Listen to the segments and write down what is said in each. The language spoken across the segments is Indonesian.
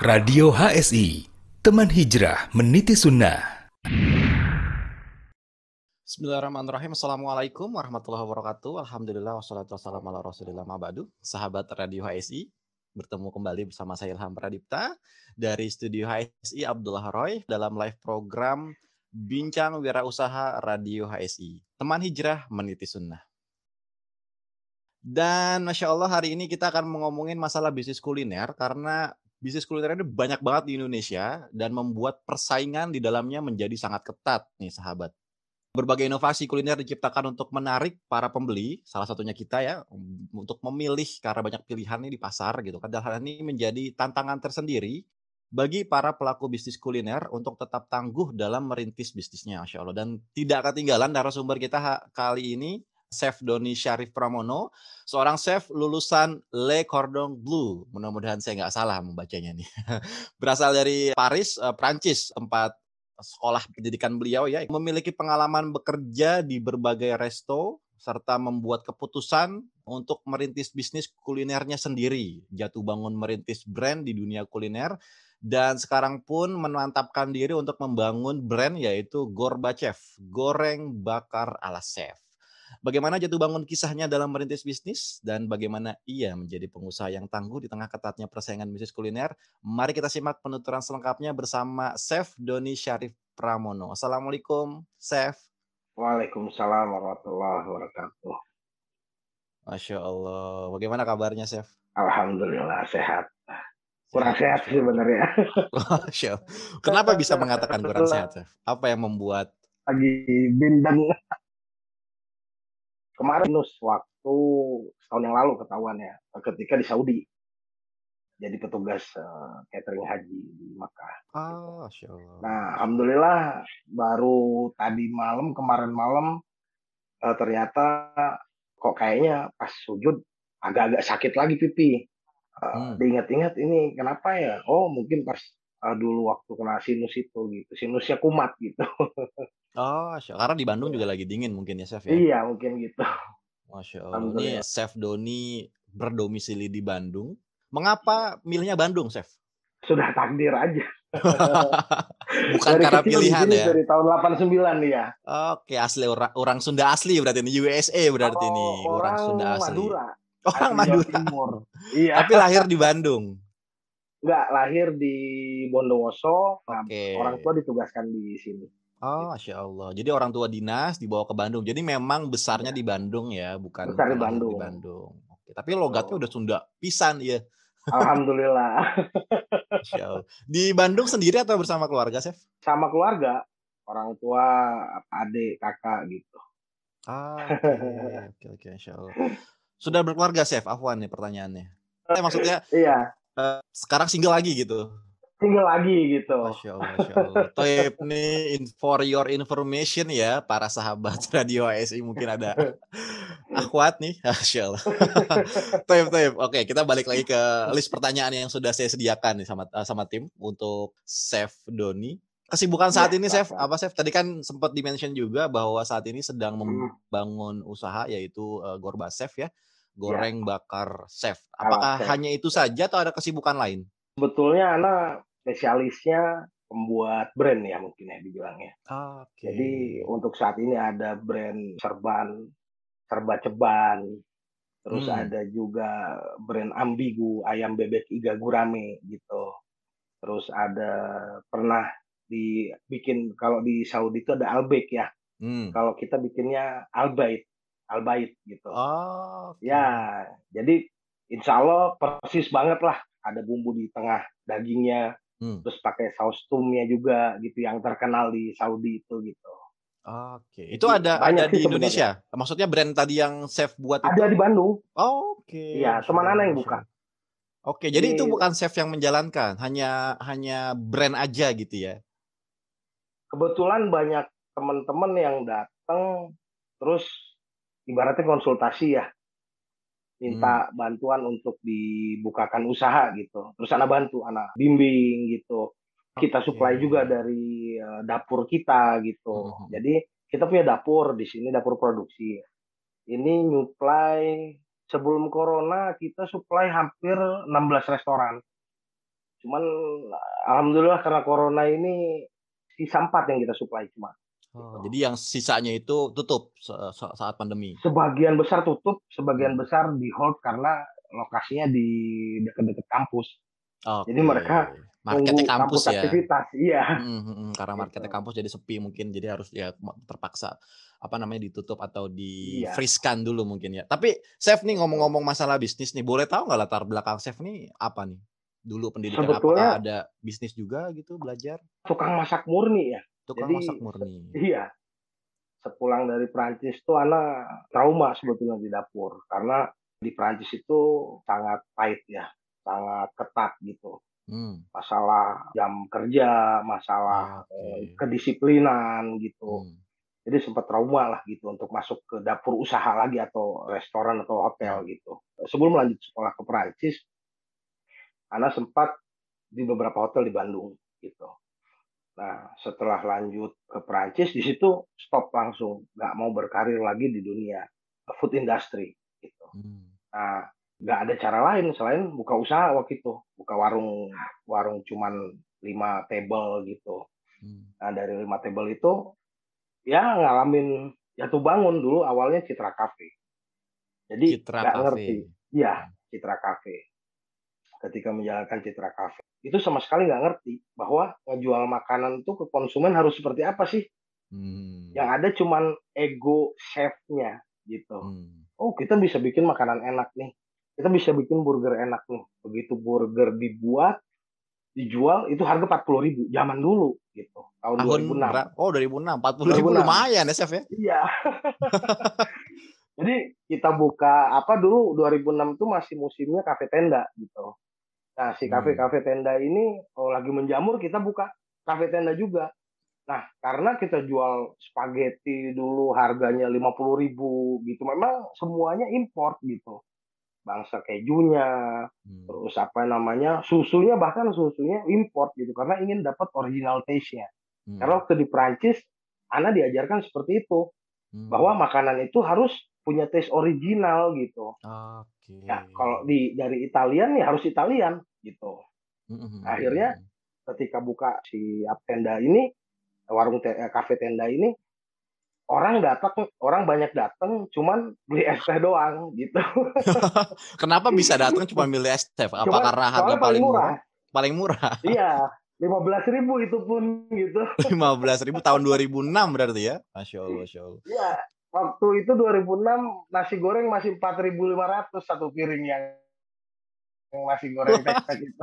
Radio HSI, teman hijrah meniti sunnah. Bismillahirrahmanirrahim. Assalamualaikum warahmatullahi wabarakatuh. Alhamdulillah wassalatu wassalamu ala rasulillah ma'badu. Sahabat Radio HSI, bertemu kembali bersama saya Ilham Pradipta dari studio HSI Abdullah Roy dalam live program Bincang Wirausaha Radio HSI, teman hijrah meniti sunnah. Dan Masya Allah hari ini kita akan ngomongin masalah bisnis kuliner karena bisnis kuliner ini banyak banget di Indonesia dan membuat persaingan di dalamnya menjadi sangat ketat nih sahabat. Berbagai inovasi kuliner diciptakan untuk menarik para pembeli, salah satunya kita ya, untuk memilih karena banyak pilihan nih di pasar gitu kan. Dan hal ini menjadi tantangan tersendiri bagi para pelaku bisnis kuliner untuk tetap tangguh dalam merintis bisnisnya, Masya Allah. Dan tidak ketinggalan narasumber kita kali ini, Chef Doni Syarif Pramono, seorang chef lulusan Le Cordon Bleu. Mudah-mudahan saya nggak salah membacanya nih. Berasal dari Paris, Prancis, tempat sekolah pendidikan beliau ya, memiliki pengalaman bekerja di berbagai resto serta membuat keputusan untuk merintis bisnis kulinernya sendiri, jatuh bangun merintis brand di dunia kuliner dan sekarang pun memantapkan diri untuk membangun brand yaitu Gorbachev, goreng bakar ala chef. Bagaimana jatuh bangun kisahnya dalam merintis bisnis dan bagaimana ia menjadi pengusaha yang tangguh di tengah ketatnya persaingan bisnis kuliner. Mari kita simak penuturan selengkapnya bersama Chef Doni Syarif Pramono. Assalamualaikum, Chef. Waalaikumsalam warahmatullahi wabarakatuh. Masya Allah. Bagaimana kabarnya, Chef? Alhamdulillah sehat. Kurang sehat sih sebenarnya. Masya Allah. Kenapa bisa mengatakan kurang sehat, Chef? Apa yang membuat? Lagi bindeng. Kemarin waktu setahun yang lalu ketahuan ya, ketika di Saudi. Jadi petugas catering haji di Makkah. Ah, Masya Allah. Nah, alhamdulillah baru tadi malam, kemarin malam ternyata kok kayaknya pas sujud agak-agak sakit lagi pipi. Diingat-ingat ini kenapa ya? Oh mungkin pas dulu waktu kena sinus itu gitu, sinusnya kumat gitu. Oh, karena di Bandung juga lagi dingin mungkin ya, Chef ya? Iya mungkin gitu. Masya Allah. Ini Chef Doni berdomisili di Bandung. Mengapa milihnya Bandung, Chef? Sudah takdir aja. Bukan dari karena pilihan ya? Dari tahun 89 ya. Oke, asli orang Sunda asli berarti ini, USA berarti ini. Orang Sunda asli. Madura. Orang Madura. Timur. Iya. Tapi lahir di Bandung. Enggak, lahir di Bondowoso. Oke. Orang tua ditugaskan di sini. Oh, Masya Allah. Jadi orang tua dinas dibawa ke Bandung. Jadi memang besarnya di Bandung ya, bukan besar di Bandung. Oke. Tapi logatnya udah Sunda pisan ya. Alhamdulillah. Masya Allah. Di Bandung sendiri atau bersama keluarga, Chef? Sama keluarga. Orang tua, adik, kakak gitu. Oke, Masya Allah. Sudah berkeluarga, Chef? Afwan nih pertanyaannya. Maksudnya, iya. Sekarang single lagi gitu? Single lagi gitu. Masya Allah. Toib nih, for your information ya, para sahabat Radio HSI mungkin ada akhwat nih. Masya Allah. Toib. Oke, kita balik lagi ke list pertanyaan yang sudah saya sediakan nih sama tim untuk Chef Doni. Kesibukan saat ini, Chef, apa Chef? Tadi kan sempat di-mention juga bahwa saat ini sedang membangun usaha yaitu Gorbachev ya, goreng bakar chef. Apakah hanya itu saja atau ada kesibukan lain? Sebetulnya anak spesialisnya pembuat brand ya mungkin ya dibilangnya. Jadi untuk saat ini ada brand serba ceban, terus ada juga brand ambigu, ayam bebek iga gurame gitu. Terus ada pernah dibikin kalau di Saudi itu ada albek ya. Kalau kita bikinnya albait gitu. Ya, jadi insya Allah persis banget lah. Ada bumbu di tengah dagingnya, terus pakai saus tumnya juga gitu yang terkenal di Saudi itu gitu. Oke, itu ada di Indonesia? Sebenarnya. Maksudnya brand tadi yang chef buat itu? Ada di Bandung. Oke. Iya, teman anak yang buka. Oke, jadi itu bukan chef yang menjalankan, hanya brand aja gitu ya? Kebetulan banyak teman-teman yang datang, terus ibaratnya konsultasi ya. Minta bantuan untuk dibukakan usaha gitu. Terus anak bantu, anak bimbing gitu. Kita supply juga dari dapur kita gitu. Jadi kita punya dapur di sini, dapur produksi. Ini nyuplai sebelum corona kita supply hampir 16 restoran. Cuman alhamdulillah karena corona ini sisa 4 yang kita supply cuma. Gitu. Jadi yang sisanya itu tutup saat pandemi. Sebagian besar tutup, sebagian besar di hold karena lokasinya di dekat-dekat kampus. Jadi mereka marketnya tunggu kampus ya. aktivitas, iya. Karena marketnya Gitu. kampus jadi sepi mungkin, jadi harus ya terpaksa ditutup atau di-freeze-kan dulu mungkin ya. Tapi Chef nih ngomong-ngomong masalah bisnis nih, boleh tahu nggak latar belakang Chef nih apa nih? Dulu pendidikan Sebetulnya, apakah ada bisnis juga gitu belajar? tukang masak murni ya. Tukang Jadi masak murni. iya. Sepulang dari Prancis tuh Ana trauma sebetulnya di dapur karena di Prancis itu sangat pahit ya, sangat ketat gitu. Masalah jam kerja, masalah kedisiplinan gitu. Jadi sempat trauma lah gitu untuk masuk ke dapur usaha lagi atau restoran atau hotel gitu. Sebelum lanjut sekolah ke Prancis, Ana sempat di beberapa hotel di Bandung gitu. Nah, setelah lanjut ke Prancis, di situ stop langsung, nggak mau berkarir lagi di dunia food industry gitu. Nah, nggak ada cara lain selain buka usaha waktu itu, buka warung cuman 5 table gitu. Nah, dari 5 table itu ya ngalamin jatuh bangun dulu awalnya Citra Cafe. Jadi nggak ngerti. Iya, Citra Cafe. Ketika menjalankan Citra Cafe, itu sama sekali nggak ngerti bahwa ngejual makanan itu ke konsumen harus seperti apa sih. Yang ada cuman ego chefnya gitu. Oh, kita bisa bikin makanan enak nih. Kita bisa bikin burger enak nih. Begitu burger dibuat, dijual, itu harga 40.000 zaman dulu gitu. Tahun 2006. 2006. 40.000 lumayan ya, Chef ya? Iya. Jadi kita buka dulu 2006 itu masih musimnya kafe tenda gitu. Nah, si kafe-kafe tenda ini lagi menjamur, kita buka kafe tenda juga. Nah, karena kita jual spaghetti dulu harganya 50.000 gitu, memang semuanya import gitu. Bangsa kejunya, terus susunya, bahkan susunya import gitu, karena ingin dapat original taste-nya. Karena waktu di Prancis, Ana diajarkan seperti itu, bahwa makanan itu harus punya taste original gitu. Ya, kalau dari Italian ya harus Italian gitu. Akhirnya ketika buka si tenda ini, kafe tenda ini, orang banyak datang cuman beli es teh doang gitu. Kenapa bisa datang cuma beli es teh? Apa karena harga paling murah? Paling murah. Iya, 15.000 itu pun gitu. 15.000 tahun 2006 berarti ya? Masya Allah. Iya, waktu itu 2006 nasi goreng masih 4.500 satu piring yang nasi goreng tek-tek itu.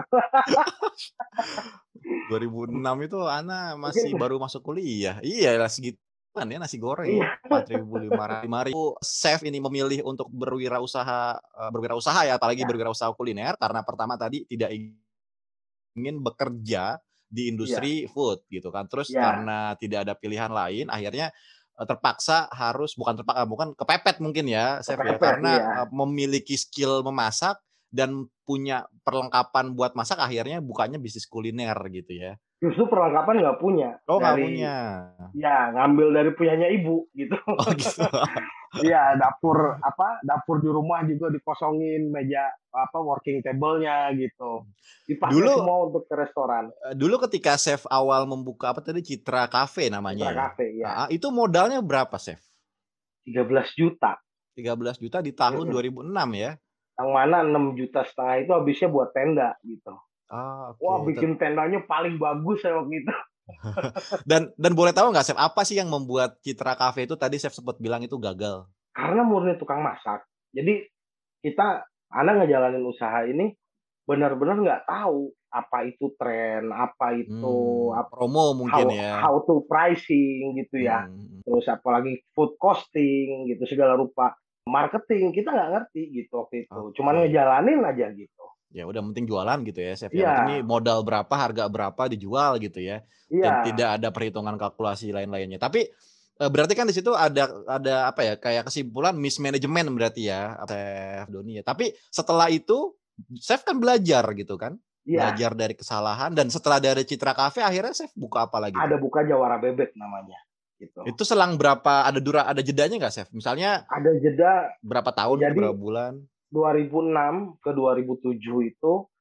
2006 itu Ana masih baru masuk kuliah. Iya lah segitu kan ya nasi goreng. 4.500. 5.000. Chef ini memilih untuk berwirausaha ya, apalagi berwirausaha kuliner karena pertama tadi tidak ingin bekerja di industri food gitu kan. Terus karena tidak ada pilihan lain akhirnya terpaksa bukan kepepet mungkin ya Chef ya, karena memiliki skill memasak dan punya perlengkapan buat masak, akhirnya bukanya bisnis kuliner gitu ya. Justru perlengkapan nggak punya. Nggak punya. Ya, ngambil dari punyanya ibu gitu. Oh gitu. Iya, dapur di rumah juga dikosongin, meja working table-nya gitu. Dipakai semua untuk ke restoran. Dulu ketika Chef awal membuka Citra Cafe namanya. Citra Cafe, ya. Itu modalnya berapa, Chef? 13 juta. 13 juta di tahun 2006 ya? Yang mana 6,5 juta itu habisnya buat tenda gitu. Wah, bikin tendanya paling bagus saya waktu itu. dan boleh tahu nggak, Chef, apa sih yang membuat Citra Cafe itu tadi Chef sempat bilang itu gagal? Karena murni tukang masak. Jadi Ana ngejalanin usaha ini benar-benar nggak tahu apa itu tren, apa itu promo mungkin how to pricing gitu ya. Terus apalagi food costing gitu, segala rupa marketing kita nggak ngerti gitu waktu itu. Cuman ngejalanin aja gitu. Ya udah penting jualan gitu ya, Chef. Ini modal berapa, harga berapa dijual gitu ya. Dan tidak ada perhitungan kalkulasi lain-lainnya. Tapi berarti kan di situ ada kayak kesimpulan mismanagement berarti ya, Chef Doni ya. Tapi setelah itu Chef kan belajar gitu kan? Belajar dari kesalahan, dan setelah dari Citra Cafe akhirnya Chef buka apa lagi? Ada buka Jawara Bebek namanya. Gitu. Itu selang berapa, ada jedanya nggak, Chef? Misalnya ada jeda berapa tahun, berapa bulan? 2006 ke 2007 itu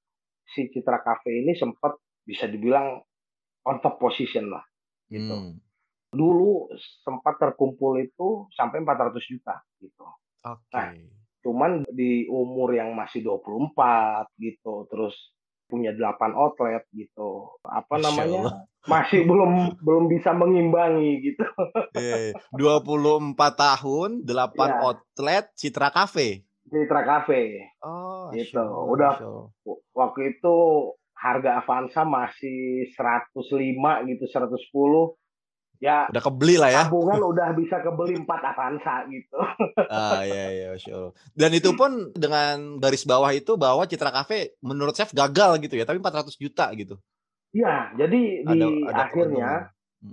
si Citra Cafe ini sempat bisa dibilang on top position lah, gitu. Dulu sempat terkumpul itu sampai 400 juta gitu. Nah, cuman di umur yang masih 24 gitu, terus punya 8 outlet gitu, masih belum bisa mengimbangi gitu. 24 tahun, 8 Ya, outlet, Citra Cafe. Citra Cafe. Oh, gitu. Udah waktu itu harga Avanza masih 105 gitu, 110. Ya, udah kebeli lah ya. Tabungan udah bisa kebeli 4 Avanza gitu. Iya, Masya Allah. Dan itu pun dengan garis bawah itu bahwa Citra Cafe menurut Chef gagal gitu ya, tapi 400 juta gitu. Iya, jadi di Ada akhirnya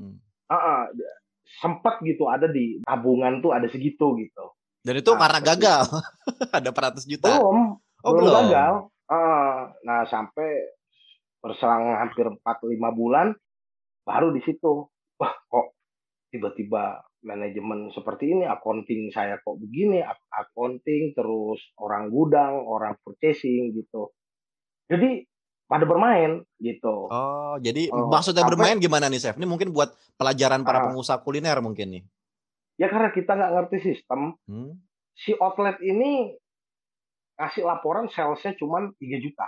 sempat gitu ada di tabungan tuh ada segitu gitu. Dan itu karena gagal. Ada 400 juta. Belum gagal. Nah, sampai berselang hampir 4-5 bulan baru di situ. Wah, kok tiba-tiba manajemen seperti ini, accounting saya kok begini, accounting, terus orang gudang, orang purchasing gitu. Jadi pada bermain gitu. Oh, jadi maksudnya bermain gimana nih, Chef? Ini mungkin buat pelajaran para pengusaha kuliner mungkin nih. Ya karena kita nggak ngerti sistem, si outlet ini ngasih laporan salesnya cuma 3 juta.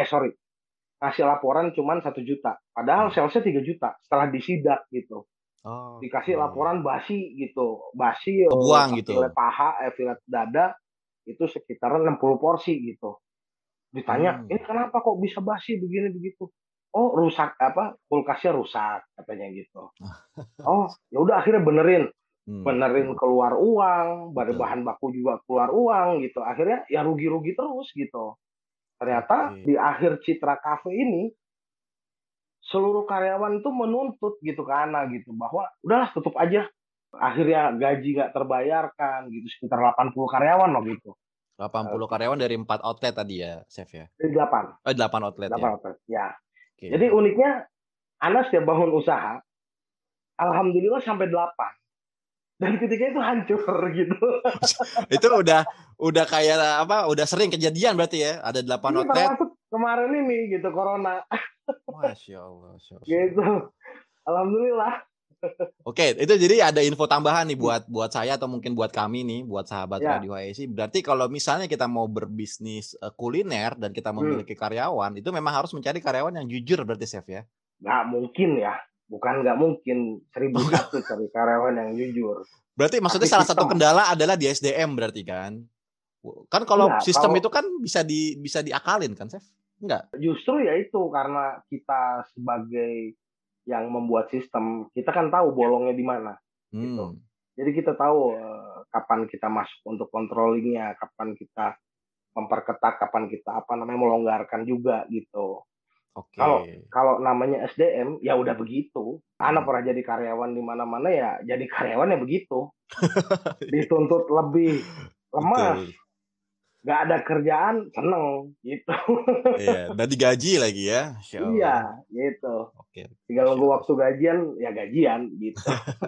Ngasih laporan cuma 1 juta. Padahal salesnya 3 juta setelah disidak gitu. Dikasih laporan basi gitu. Basi kebuang gitu. Filet paha, filet dada itu sekitaran 60 porsi gitu. Ditanya, ini kenapa kok bisa basi begini begitu? Oh, rusak kulkasnya rusak katanya gitu. Oh, ya udah akhirnya benerin keluar uang, bahan baku juga keluar uang gitu. Akhirnya ya rugi-rugi terus gitu. Ternyata di akhir Citra Cafe ini seluruh karyawan tuh menuntut gitu ke Ana gitu bahwa udahlah tutup aja. Akhirnya gaji nggak terbayarkan gitu, sekitar 80 karyawan loh gitu. 80 karyawan dari 4 outlet tadi ya, Chef ya? Dari 8. 8 outlet 8 ya? Outlet, ya. Jadi uniknya, Ana setiap bangun usaha, alhamdulillah sampai 8. Dan ketika itu hancur gitu. Itu udah kayak udah sering kejadian berarti ya? Ada 8 outlet. Termasuk kemarin ini gitu, Corona. Masya Allah. Gitu. Alhamdulillah. Oke, itu jadi ada info tambahan nih buat saya atau mungkin buat kami nih, buat sahabat Radio HSI. Berarti kalau misalnya kita mau berbisnis kuliner dan kita memiliki karyawan, itu memang harus mencari karyawan yang jujur berarti, Chef ya? Nggak mungkin ya. Bukan nggak mungkin. 1001 cari karyawan yang jujur. Berarti maksudnya salah satu kendala adalah di SDM berarti kan? Kan kalau sistem itu kan bisa diakalin kan, Chef? Enggak? Justru ya itu karena kita sebagai yang membuat sistem, kita kan tahu bolongnya di mana. Gitu. Jadi kita tahu kapan kita masuk untuk controllingnya, kapan kita memperketat, kapan kita melonggarkan juga gitu. Kalau namanya SDM ya udah begitu. Ana pernah jadi karyawan di mana-mana ya jadi karyawan ya begitu. Dituntut lebih lemas. Nggak ada kerjaan, seneng gitu. Iya, dan digaji lagi ya. Iya, gitu. Tinggal nunggu waktu gajian, ya gajian gitu.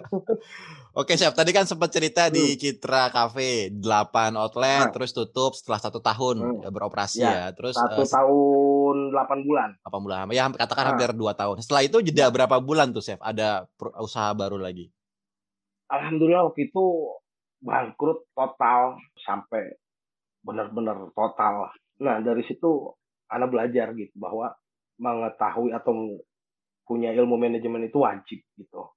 Oke, Chef. Tadi kan sempat cerita di Citra Cafe 8 outlet, terus tutup setelah 1 tahun beroperasi ya. Terus 1 tahun 8 bulan. 8 bulan. Ya katakan hampir 2 tahun. Setelah itu jeda berapa bulan tuh, Chef? Ada usaha baru lagi? Alhamdulillah waktu itu bangkrut total sampai benar-benar total. Nah, dari situ Ana belajar gitu bahwa mengetahui atau punya ilmu manajemen itu wajib gitu.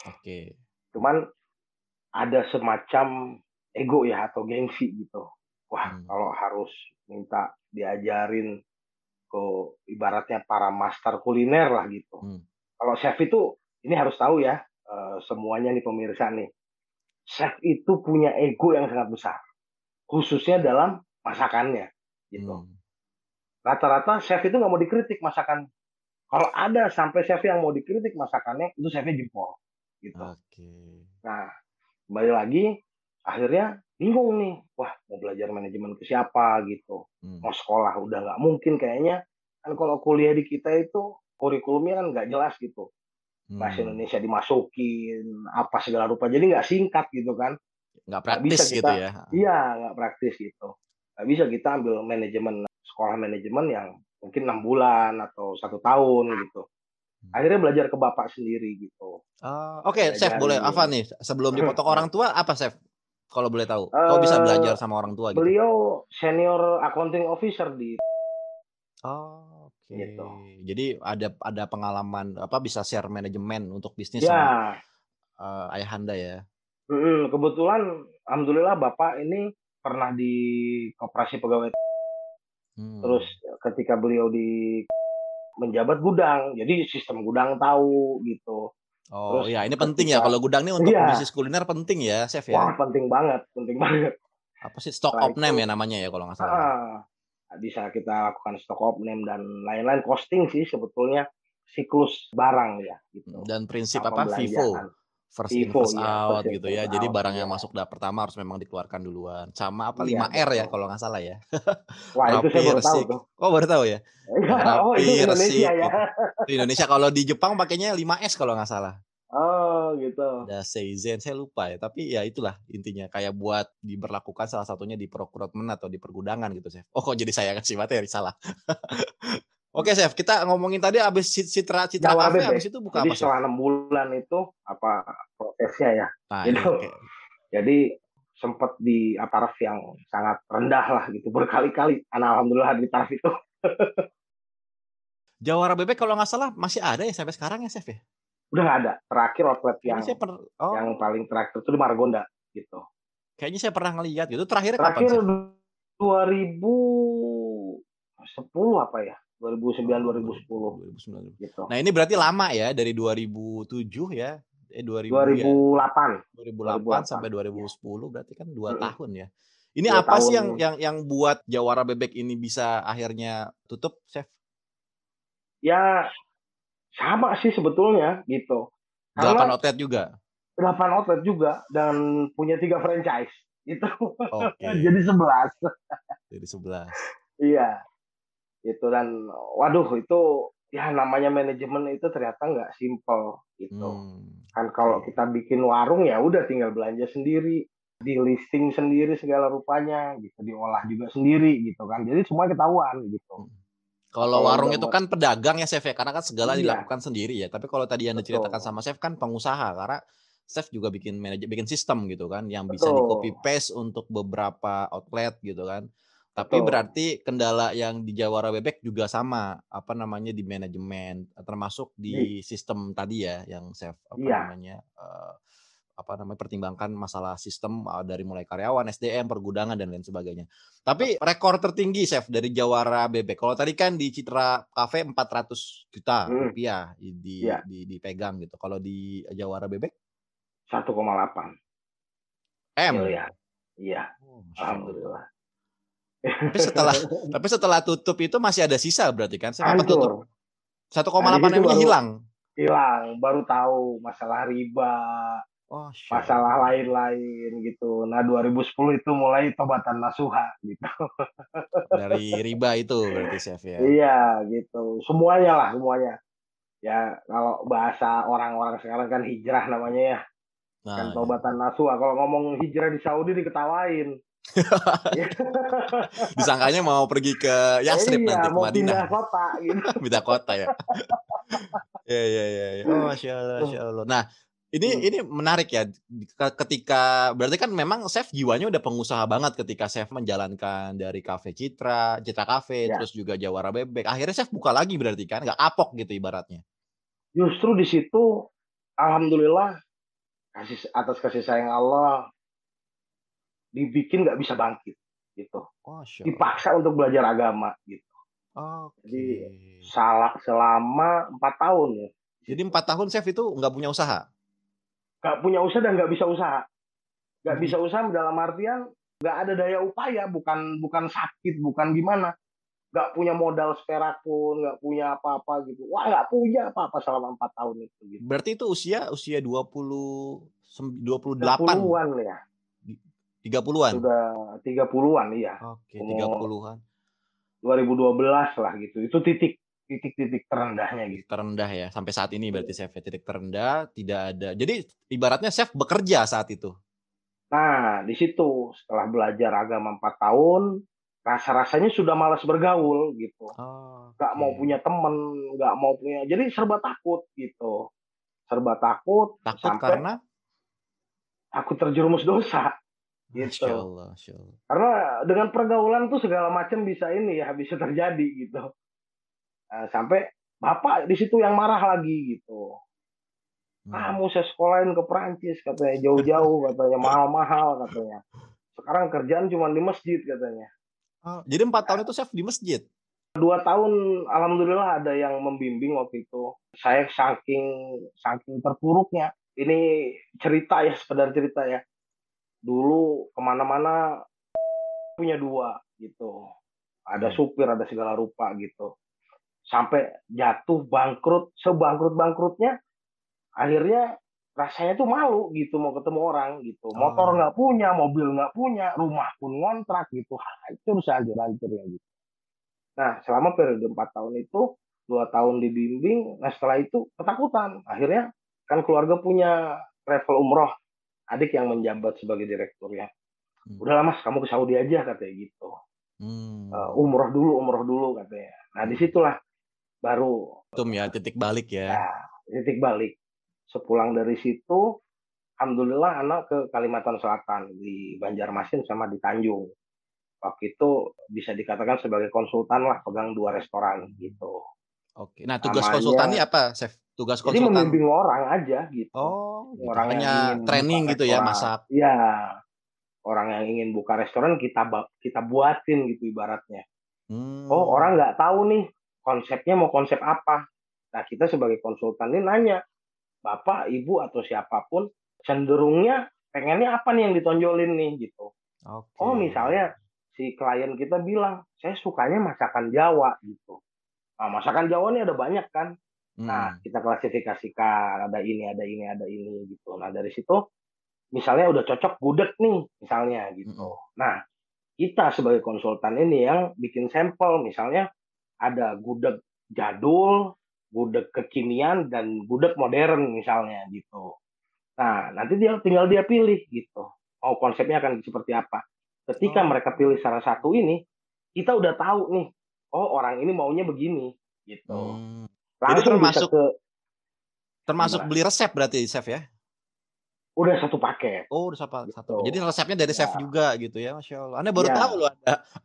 Cuman ada semacam ego ya atau gengsi gitu. Wah, kalau harus minta diajarin ke ibaratnya para master kuliner lah gitu. Kalau chef itu ini harus tahu ya, semuanya nih pemirsa nih. Chef itu punya ego yang sangat besar. Khususnya dalam masakannya gitu. Rata-rata chef itu nggak mau dikritik masakan. Kalau ada sampai chef yang mau dikritik masakannya, itu chefnya jempol gitu. Nah, kembali lagi akhirnya bingung nih. Wah, mau belajar manajemen ke siapa gitu. Mau sekolah udah nggak mungkin kayaknya. Kan kalau kuliah di kita itu kurikulumnya kan nggak jelas gitu. Bahasa Indonesia dimasukin apa segala rupa. Jadi nggak singkat gitu kan. Nggak praktis gitu ya. Iya, nggak praktis gitu. Nggak bisa kita ambil manajemen, sekolah manajemen yang mungkin 6 bulan atau 1 tahun gitu. Akhirnya belajar ke bapak sendiri gitu. Oke, Chef boleh Diajarin. apa nih sebelum dipotong orang tua apa Chef? Kalau boleh tahu. Kok bisa belajar sama orang tua gitu? Beliau senior accounting officer di Oke. gitu. Jadi ada pengalaman bisa share manajemen untuk bisnis sama Ya, ayahanda ya. kebetulan alhamdulillah bapak ini pernah di koperasi pegawai. Terus ketika beliau menjabat gudang, jadi sistem gudang tahu gitu. Oh Terus ya, ini penting ya kalau gudang ini untuk bisnis kuliner penting ya, Chef ya. Wah, penting banget. Apa sih stock Setelah of name itu, ya namanya ya kalau nggak salah. bisa kita lakukan stock of name dan lain-lain, costing sih sebetulnya siklus barang ya gitu. Dan prinsip Sama FIFO. First in, FIFO first ya, out first in, gitu first ya. Jadi out, barang yang ya. masuk pertama harus memang dikeluarkan duluan. Sama 5R ya Betul. kalau nggak salah ya. Wah, itu saya Rapi, baru tahu resik. tuh. Oh, baru tahu ya? Yang Oh, rapi, itu Indonesia resik ya. gitu. Itu Indonesia, kalau di Jepang pakainya 5S kalau nggak salah. Oh, gitu. Ada Seizen, saya lupa ya. Tapi ya itulah intinya. Kayak buat diberlakukan salah satunya di procurement atau di pergudangan gitu, Chef. Oh, kok jadi saya kasih materi, salah. Oke, Chef. Kita ngomongin tadi abis Citra Jawara Cafe, Bebek. abis itu buka Jadi apa, Chef? setelah 6 bulan itu prosesnya ya. Nah, Gitu. ini Jadi sempat di taraf yang sangat rendah lah gitu, berkali-kali. Alhamdulillah di taraf itu. Jawara Bebek kalau nggak salah masih ada ya sampai sekarang ya, Chef ya? Udah nggak ada. Terakhir outlet yang paling terakhir itu di Margonda gitu. Kayaknya saya pernah ngeliat gitu. Terakhir kapan, Chef? 2010 apa ya? 2009 2010 gitu. Nah, ini berarti lama ya, dari 2007 ya. 2008 sampai 2010 berarti kan 2 tahun ya. Ini 2 apa sih tahun. yang buat Jawara Bebek ini bisa akhirnya tutup, Chef? Ya sama sih sebetulnya gitu. 8 outlet juga. 8 outlet juga dan punya 3 franchise gitu. Oke. Jadi 11. Jadi 11. Iya. Itu dan waduh itu ya namanya manajemen itu ternyata nggak simple gitu. Kan kalau kita bikin warung ya udah tinggal belanja sendiri, di listing sendiri segala rupanya gitu, diolah juga sendiri gitu kan. Jadi semua ketahuan gitu. Kalau warung itu kan pedagang ya, Chef ya, karena kan segala dilakukan sendiri ya. Tapi kalau tadi yang diceritakan sama Chef kan pengusaha, karena Chef juga bikin sistem gitu kan, yang bisa di copy paste untuk beberapa outlet gitu kan. Tapi berarti kendala yang di Jawara Bebek juga sama, di manajemen, termasuk di sistem tadi ya, yang Chef pertimbangkan masalah sistem dari mulai karyawan, SDM, pergudangan dan lain sebagainya. Tapi rekor tertinggi, Chef, dari Jawara Bebek. Kalau tadi kan di Citra Cafe 400 juta rupiah dipegang gitu. Kalau di Jawara Bebek 1,8 miliar. Iya. Alhamdulillah. Tapi setelah tutup itu masih ada sisa berarti kan? Hancur. 1,8 M-nya hilang. Hilang, baru tahu masalah riba, masalah lain-lain gitu. Nah 2010 itu mulai tobatan nasuha gitu. Dari riba itu berarti, Chef ya? Iya gitu, semuanya. Ya kalau bahasa orang-orang sekarang kan hijrah namanya ya. Kan tobatan nasuha. Kalau ngomong hijrah di Saudi diketawain. Disangkanya mau pergi ke Yasrib nanti, ke Madinah. Pindah kota gitu. Pindah kota ya. Iya. Oh, Masya Allah. Nah, ini menarik ya. Ketika berarti kan memang Chef jiwanya udah pengusaha banget ketika Chef menjalankan dari Cafe Citra Cafe, terus juga Jawara Bebek. Akhirnya Chef buka lagi berarti kan, nggak kapok gitu ibaratnya. Justru di situ alhamdulillah atas kasih sayang Allah dibikin nggak bisa bangkit gitu. Dipaksa untuk belajar agama gitu. Jadi selama 4 tahun ya. Jadi 4 tahun Chef itu nggak punya usaha? Nggak punya usaha dan nggak bisa usaha. Nggak bisa usaha dalam artian nggak ada daya upaya, bukan sakit, bukan gimana. Nggak punya modal seperakun, nggak punya apa-apa gitu. Wah, nggak punya apa-apa selama 4 tahun itu. Gitu. Berarti itu usia 28. 30-an ya. 30-an? Sudah 30-an, iya. Oke, 30-an. 2012 lah gitu. Itu titik terendahnya gitu. Terendah ya, sampai saat ini berarti Chef titik terendah, tidak ada. Jadi ibaratnya Chef bekerja saat itu. Nah, di situ setelah belajar agama 4 tahun, rasa-rasanya sudah malas bergaul gitu. Nggak mau punya temen, nggak mau punya, jadi serba takut gitu. Serba takut sampai karena takut terjerumus dosa Masya gitu. Allah, Masya Allah. Karena dengan pergaulan tuh segala macam bisa bisa terjadi gitu. Sampai bapak di situ yang marah lagi gitu. Kamu saya sekolahin ke Perancis katanya, jauh-jauh katanya, mahal-mahal katanya. Sekarang kerjaan cuma di masjid katanya. Jadi 4 tahun itu chef di masjid? 2 tahun alhamdulillah ada yang membimbing waktu itu. Saya saking terpuruknya. Ini cerita ya, sekedar cerita ya. Dulu kemana-mana punya 2 gitu. Ada supir, ada segala rupa gitu. Sampai jatuh bangkrut, sebangkrut-bangkrutnya. Akhirnya rasanya tuh malu gitu mau ketemu orang gitu. Motor nggak punya, mobil nggak punya, rumah pun ngontrak gitu. Hancur ya gitu. Nah, selama periode 4 tahun itu, 2 tahun dibimbing, nah setelah itu ketakutan. Akhirnya kan keluarga punya travel umroh. Adik yang menjabat sebagai direkturnya. Udahlah Mas, kamu ke Saudi aja katanya gitu. Umroh dulu katanya. Nah, disitulah baru titik balik ya. Titik balik. Sepulang dari situ, alhamdulillah anak ke Kalimantan Selatan, di Banjarmasin sama di Tanjung. Waktu itu bisa dikatakan sebagai konsultan lah, pegang 2 restoran gitu. Oke. Nah, tugas konsultannya apa, Chef? Tugas konsultan. Jadi membimbing orang aja gitu. Gitu. Orang yang ingin training gitu ya, masak. Iya. Orang yang ingin buka restoran kita buatin gitu ibaratnya. Orang nggak tahu nih konsepnya mau konsep apa. Nah, kita sebagai konsultan ini nanya, Bapak, Ibu, atau siapapun cenderungnya pengennya apa nih yang ditonjolin nih gitu. Misalnya si klien kita bilang, saya sukanya masakan Jawa gitu. Nah, masakan Jawa ini ada banyak kan. Nah, kita klasifikasikan, ada ini gitu. Nah, dari situ misalnya udah cocok gudeg nih misalnya gitu. Nah, kita sebagai konsultan ini yang bikin sampel, misalnya ada gudeg jadul, gudeg kekinian, dan gudeg modern misalnya gitu. Nah, nanti tinggal dia pilih gitu. Mau konsepnya akan seperti apa. Ketika mereka pilih salah satu ini, kita udah tahu nih, orang ini maunya begini gitu. Langsung jadi termasuk beli resep berarti chef ya? Udah satu paket. Udah satu. Jadi resepnya dari chef juga gitu ya, Masya Allah. Anda baru tahu loh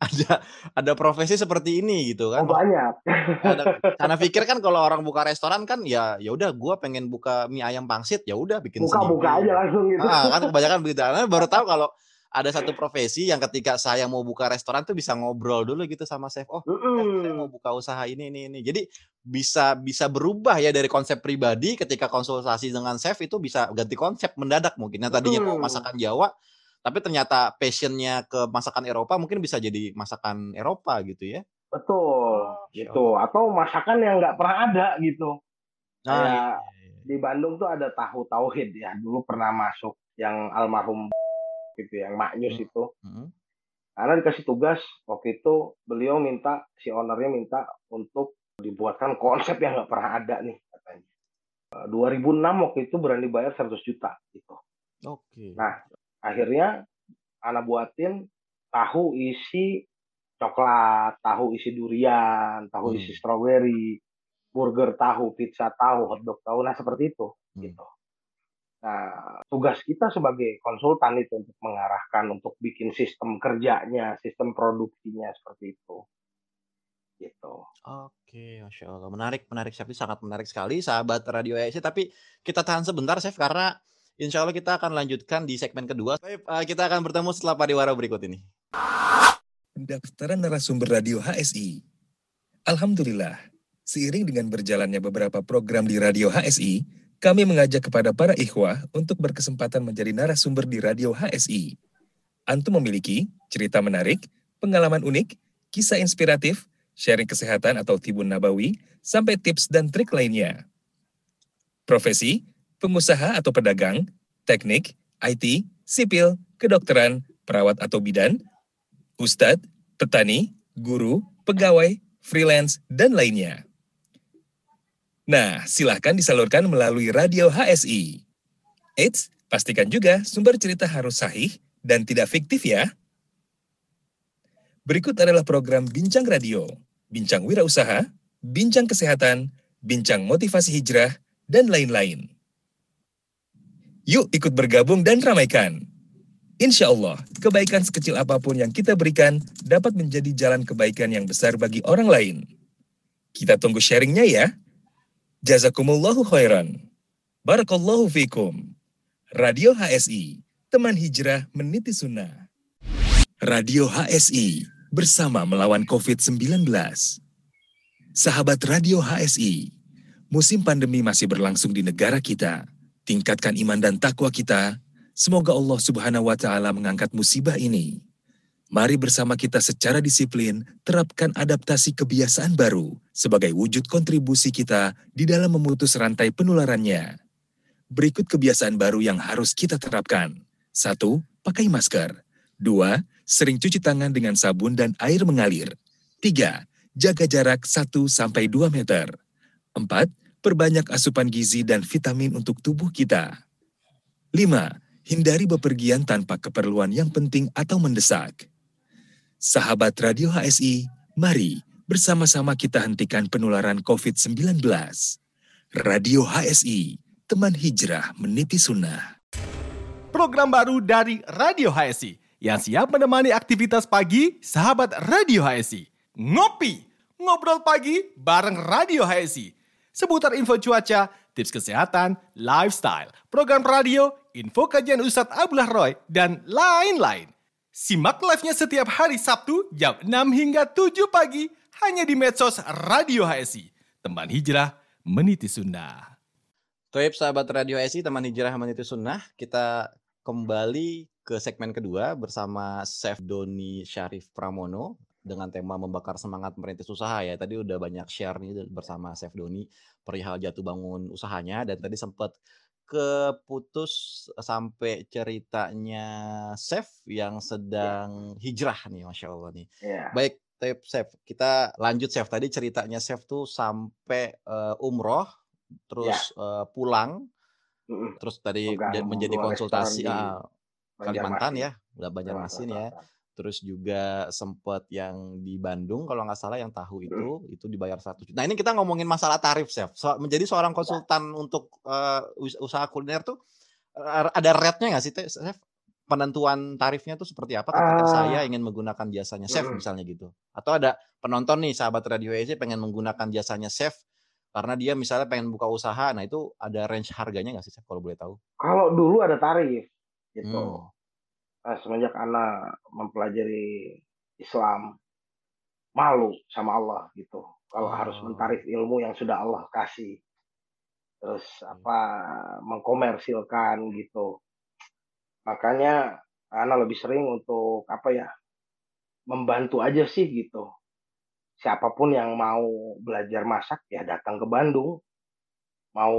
ada profesi seperti ini gitu kan? Banyak. Karena pikir kan kalau orang buka restoran kan ya udah, gue pengen buka mie ayam pangsit, ya udah bikin sendiri. Buka aja langsung gitu. Kan kebanyakan begitu. Anda baru tahu kalau ada satu profesi yang ketika saya mau buka restoran tuh bisa ngobrol dulu gitu sama chef. Saya mau buka usaha ini. Jadi bisa berubah ya dari konsep pribadi ketika konsultasi dengan chef itu bisa ganti konsep mendadak mungkin. Yang tadinya mau masakan Jawa, tapi ternyata passionnya ke masakan Eropa, mungkin bisa jadi masakan Eropa gitu ya. Betul, gitu. Atau masakan yang nggak pernah ada gitu. Kayak di Bandung tuh ada tahu tauhid ya. Dulu pernah masuk yang almarhum gitu, yang Maknyus itu. Karena dikasih tugas waktu itu, beliau minta, si ownernya minta untuk dibuatkan konsep yang nggak pernah ada nih katanya. 2006 waktu itu berani bayar 100 juta gitu. Nah, akhirnya anak buatin tahu isi coklat, tahu isi durian, tahu isi stroberi, burger tahu, pizza tahu, hotdog tahu. Nah, seperti itu gitu. Nah, tugas kita sebagai konsultan itu untuk mengarahkan, untuk bikin sistem kerjanya, sistem produksinya seperti itu. Gitu. Masya Allah. Menarik Chef, sangat menarik sekali sahabat Radio HSI. Tapi kita tahan sebentar Chef, karena insya Allah kita akan lanjutkan di segmen kedua. Kita akan bertemu setelah pariwara berikut ini. Pendaftaran narasumber Radio HSI. Alhamdulillah, seiring dengan berjalannya beberapa program di Radio HSI, kami mengajak kepada para ikhwah untuk berkesempatan menjadi narasumber di Radio HSI. Antum memiliki cerita menarik, pengalaman unik, kisah inspiratif, sharing kesehatan atau tibun nabawi, sampai tips dan trik lainnya. Profesi, pengusaha atau pedagang, teknik, IT, sipil, kedokteran, perawat atau bidan, ustadz, petani, guru, pegawai, freelance, dan lainnya. Nah, silahkan disalurkan melalui Radio HSI. Eits, pastikan juga sumber cerita harus sahih dan tidak fiktif ya. Berikut adalah program Bincang Radio, Bincang Wirausaha, Bincang Kesehatan, Bincang Motivasi Hijrah, dan lain-lain. Yuk ikut bergabung dan ramaikan. Insya Allah, kebaikan sekecil apapun yang kita berikan dapat menjadi jalan kebaikan yang besar bagi orang lain. Kita tunggu sharingnya ya. Jazakumullahu khairan. Barakallahu fikum. Radio HSI, teman hijrah meniti sunnah. Radio HSI, bersama melawan COVID-19. Sahabat Radio HSI, musim pandemi masih berlangsung di negara kita. Tingkatkan iman dan takwa kita. Semoga Allah Subhanahu wa Ta'ala mengangkat musibah ini. Mari bersama kita secara disiplin terapkan adaptasi kebiasaan baru sebagai wujud kontribusi kita di dalam memutus rantai penularannya. Berikut kebiasaan baru yang harus kita terapkan. 1. Pakai masker. 2. Sering cuci tangan dengan sabun dan air mengalir. 3. Jaga jarak 1-2 meter. 4. Perbanyak asupan gizi dan vitamin untuk tubuh kita. 5. Hindari bepergian tanpa keperluan yang penting atau mendesak. Sahabat Radio HSI, mari bersama-sama kita hentikan penularan COVID-19. Radio HSI, teman hijrah meniti sunnah. Program baru dari Radio HSI yang siap menemani aktivitas pagi sahabat Radio HSI. Ngopi, ngobrol pagi bareng Radio HSI. Seputar info cuaca, tips kesehatan, lifestyle, program radio, info kajian Ustadz Abdullah Roy, dan lain-lain. Simak live-nya setiap hari Sabtu jam 6 hingga 7 pagi hanya di medsos Radio HSI. Teman hijrah meniti sunnah. Toib sahabat Radio HSI, teman hijrah meniti sunnah. Kita kembali ke segmen kedua bersama Chef Doni Syarif Pramono dengan tema membakar semangat merintis usaha ya. Tadi udah banyak share nih bersama Chef Doni perihal jatuh bangun usahanya, dan tadi sempat keputus sampai ceritanya Chef yang sedang hijrah nih, Masya Allah nih. Yeah. Baik, Chef, kita lanjut Chef. Tadi ceritanya Chef tuh sampai umroh, terus pulang, terus tadi menjadi konsultasi Kalimantan ya, udah Banjarmasin ya. Terus juga sempat yang di Bandung kalau nggak salah yang tahu itu dibayar 100 juta. Nah ini kita ngomongin masalah tarif, Chef. Menjadi seorang konsultan untuk usaha kuliner tuh ada rate-nya nggak sih, Chef? Penentuan tarifnya tuh seperti apa ketika saya ingin menggunakan jasanya Chef misalnya gitu? Atau ada penonton nih sahabat Radio HSI pengen menggunakan jasanya Chef karena dia misalnya pengen buka usaha, nah itu ada range harganya nggak sih, Chef, kalau boleh tahu? Kalau dulu ada tarif gitu. Semenjak anak mempelajari Islam, malu sama Allah gitu. Kalau harus mentarif ilmu yang sudah Allah kasih, terus mengkomersilkan gitu. Makanya anak lebih sering untuk membantu aja sih gitu. Siapapun yang mau belajar masak ya datang ke Bandung. Mau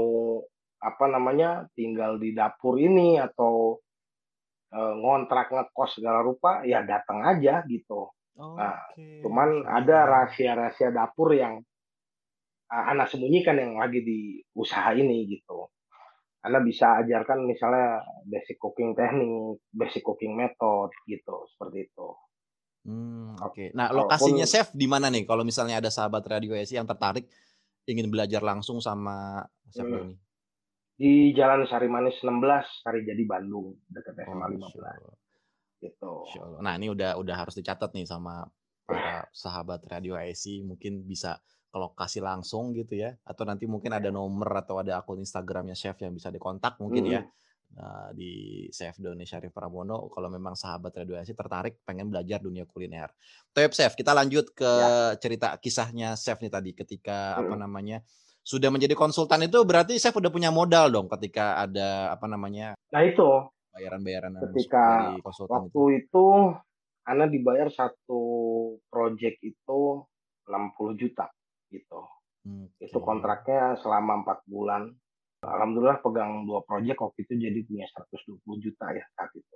tinggal di dapur ini atau ngontrak ngekos segala rupa ya datang aja gitu. Nah, cuman ada rahasia-rahasia dapur yang anak sembunyikan yang lagi di usaha ini gitu. Anak bisa ajarkan misalnya basic cooking teknik, basic cooking method gitu, seperti itu. Oke. Nah, lokasinya Chef di mana nih? Kalau misalnya ada sahabat Radio HSI yang tertarik ingin belajar langsung sama Chef Doni. Di Jalan Sarimanis 16, Sarijadi, Bandung, dekat SMA 15. Gitu. Nah, ini udah harus dicatat nih sama para sahabat Radio HSI, mungkin bisa ke lokasi langsung gitu ya, atau nanti mungkin ada nomor atau ada akun Instagramnya Chef yang bisa dikontak mungkin ya. Di Chef Doni Syarif Pramono kalau memang sahabat Radio HSI tertarik pengen belajar dunia kuliner. Tapi Chef, kita lanjut ke cerita kisahnya Chef nih tadi ketika sudah menjadi konsultan itu berarti Chef udah punya modal dong ketika ada Nah itu bayaran-bayaran ketika dari konsultan waktu itu Ana dibayar satu project itu 60 juta gitu. Itu kontraknya selama 4 bulan. Alhamdulillah pegang 2 project waktu itu jadi punya 120 juta ya saat itu.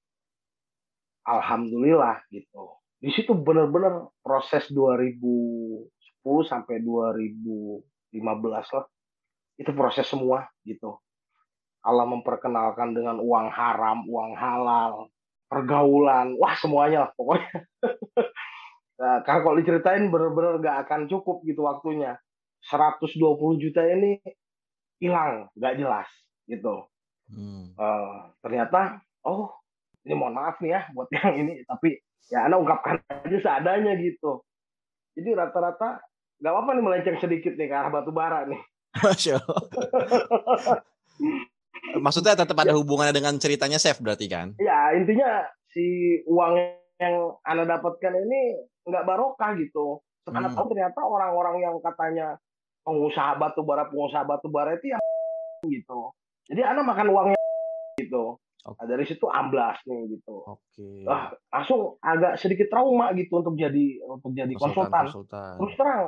Alhamdulillah gitu. Di situ benar-benar proses 2010 sampai 2015 lah. Itu proses semua gitu. Allah memperkenalkan dengan uang haram, uang halal, pergaulan, wah semuanya lah pokoknya. Nah, karena kalau diceritain bener-bener nggak akan cukup gitu waktunya. 120 juta ini hilang, nggak jelas gitu. Hmm. Ternyata, oh ini mohon maaf nih ya buat yang ini, tapi ya Anda ungkapkan aja seadanya gitu. Jadi rata-rata nggak apa-apa nih melenceng sedikit nih ke arah batu bara nih. Masya Allah. Maksudnya tetap ada Ya, hubungannya dengan ceritanya Chef berarti kan? ya intinya si uang yang Anda dapatkan ini nggak barokah gitu. Anda Hmm. tahu ternyata orang-orang yang katanya pengusaha batu bara itu yang gitu. Jadi Anda makan uangnya gitu. Nah, dari situ amblas nih gitu. Oke. Langsung agak sedikit trauma gitu untuk jadi konsultan. Konsultan. Terus terang,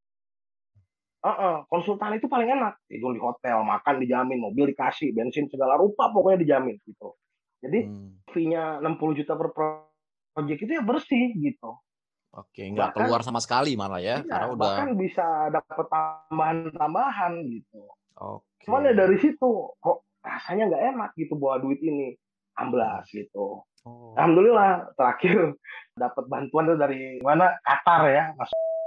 konsultan itu paling enak. Tidur di hotel, makan dijamin, mobil dikasih, bensin segala rupa pokoknya dijamin gitu. Jadi fee-nya 60 juta per project itu ya bersih gitu. Oke, nggak keluar sama sekali malah ya, karena Iya, udah. bahkan bisa dapat tambahan-tambahan gitu. Oke. Cuman ya dari situ kok rasanya nggak enak gitu bawa duit ini. Amblas gitu. Oh. Alhamdulillah terakhir dapat bantuan tuh dari mana Qatar ya, Mas.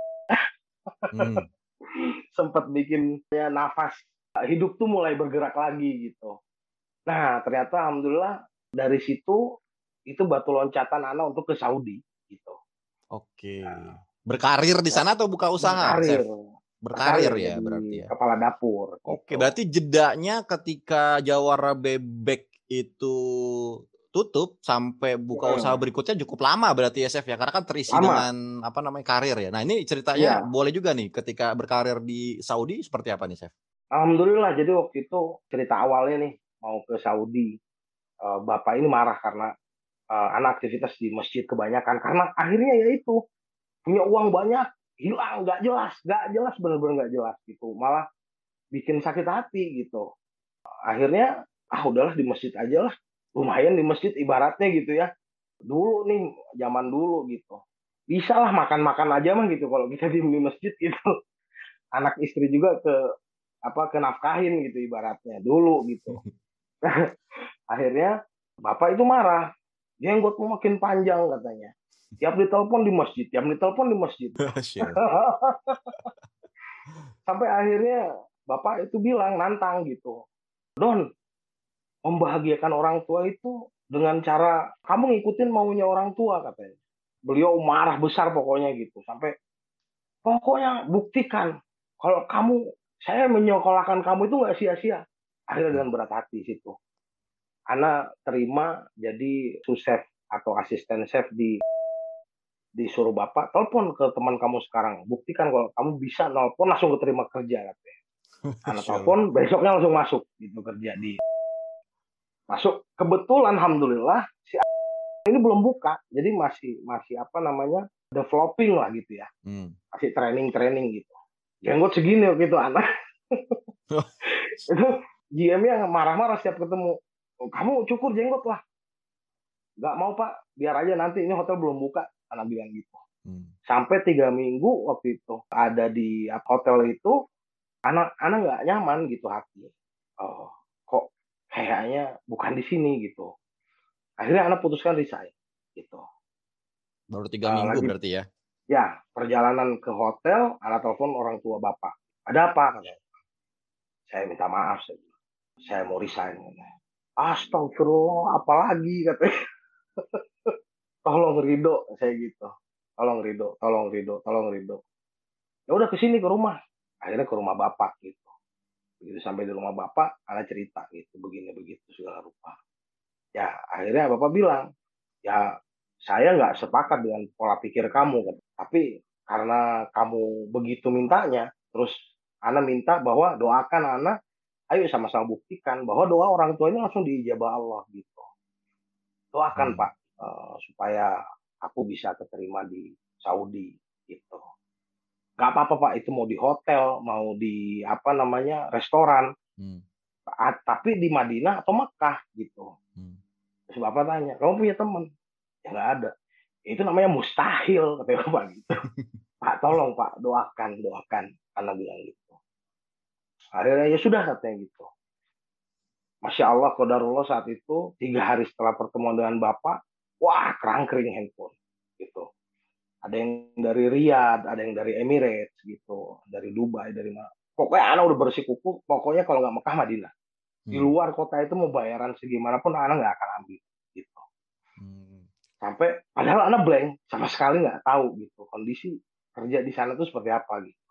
Sempat bikin ya nafas hidup tuh mulai bergerak lagi gitu. Nah, ternyata alhamdulillah dari situ itu batu loncatan Ana untuk ke Saudi gitu. Oke. Berkarir di sana atau buka usaha, Berkarir. Chef? Berkarir ya Jadi berarti ya. kepala dapur. Oke, Gitu. berarti jedanya ketika Jawara Bebek itu tutup sampai buka usaha berikutnya cukup lama berarti ya, Chef ya. Karena kan terisi dengan apa namanya karir ya. Nah, ini ceritanya boleh juga nih ketika berkarir di Saudi seperti apa nih, Chef? Alhamdulillah. Jadi waktu itu cerita awalnya nih mau ke Saudi. Bapak ini marah karena anak aktivitas di masjid kebanyakan karena akhirnya ya itu punya uang banyak hilang nggak jelas benar-benar nggak jelas gitu, malah bikin sakit hati gitu. Akhirnya udahlah di masjid aja lah, lumayan di masjid ibaratnya gitu ya, dulu nih zaman dulu gitu bisa lah makan-makan aja mah gitu kalau kita di masjid gitu. Anak istri juga ke nafkahin gitu ibaratnya dulu gitu. Akhirnya bapak itu marah, jenggotmu makin panjang katanya. Tiap ditelepon di masjid, tiap ditelepon di masjid. Sampai akhirnya bapak itu bilang nantang gitu. Don, membahagiakan orang tua itu dengan cara kamu ngikutin maunya orang tua katanya. Beliau marah besar pokoknya gitu. Sampai pokoknya buktikan kalau saya menyekolahkan kamu itu nggak sia-sia. Akhirnya dengan berat hati situ. Ana terima jadi sous-chef atau asisten chef disuruh bapak telepon ke teman kamu sekarang, buktikan kalau kamu bisa nelpon langsung keterima kerja katanya. Anak telepon besoknya langsung masuk gitu kerja masuk. Kebetulan alhamdulillah si ini belum buka, jadi masih apa namanya developing lah gitu ya, masih training gitu. Jenggot segini gitu anak. Itu GM-nya marah-marah setiap ketemu. Kamu cukur jenggot lah. Nggak mau pak, biar aja nanti ini hotel belum buka, anak bilang gitu. Sampai 3 minggu waktu itu ada di hotel itu, anak nggak nyaman gitu hati. Kok kayaknya bukan di sini gitu. Akhirnya anak putuskan resign gitu. Baru 3 minggu berarti ya? Ya, perjalanan ke hotel, anak telepon orang tua bapak. Ada apa? Katanya. Saya minta maaf. Saya mau resign. Astagfirullah, apalagi katanya. Tolong ridho, saya gitu. Tolong ridho. Ya udah ke sini ke rumah. Akhirnya ke rumah bapak gitu. Begitu sampai di rumah bapak, anak cerita gitu, begini begitu segala rupa. Ya akhirnya bapak bilang, ya saya nggak sepakat dengan pola pikir kamu, kan. Tapi karena kamu begitu mintanya, terus Ana minta bahwa doakan Ana, ayo sama-sama buktikan bahwa doa orang tua ini langsung diijabah Allah gitu. Doakan Pak, supaya aku bisa keterima di Saudi gitu. Gak apa-apa Pak, itu mau di hotel, mau di apa namanya restoran, tapi di Madinah atau Mekah gitu. Terus Bapak tanya, kamu punya teman? Ya nggak ada. Itu namanya mustahil katanya Bapak gitu. Pak tolong Pak doakan. Anak bilang gitu. Akhirnya ya sudah katanya gitu. Masya Allah qadarullah saat itu 3 hari setelah pertemuan dengan Bapak, wah kerangkering handphone gitu. Ada yang dari Riyadh, ada yang dari Emirates gitu, dari Dubai, dari mana. Pokoknya anak udah bersikukuh, pokoknya kalau nggak Mekah Madinah. Di luar kota itu mau bayaran segimanapun anak nggak akan ambil gitu. Sampai padahal anak blank, sama sekali nggak tahu gitu kondisi kerja di sana tuh seperti apa gitu.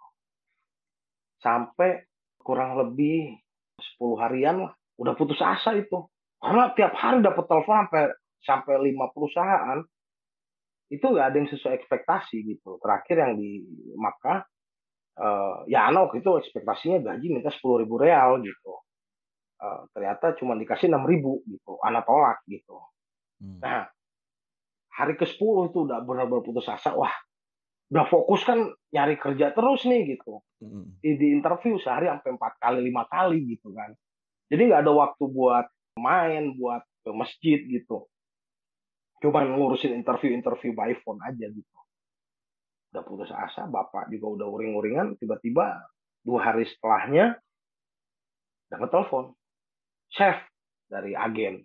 Sampai kurang lebih 10 harian lah, udah putus asa itu. Karena tiap hari dapat telepon sampai 5 perusahaan, itu nggak ada yang sesuai ekspektasi gitu. Terakhir yang di Makkah, ya anak waktu itu ekspektasinya gaji minta 10.000 real gitu. Ternyata cuma dikasih 6.000 gitu. Anak tolak gitu. Nah, hari ke-10 itu udah benar-benar putus asa. Wah, udah fokus kan nyari kerja terus nih gitu. Di interview sehari sampai 4 kali, 5 kali gitu kan. Jadi nggak ada waktu buat main, buat ke masjid gitu. Cuma ngurusin interview by phone aja gitu. Udah putus asa, bapak juga udah uring-uringan, tiba-tiba 2 hari setelahnya dapat telepon. Chef dari agen.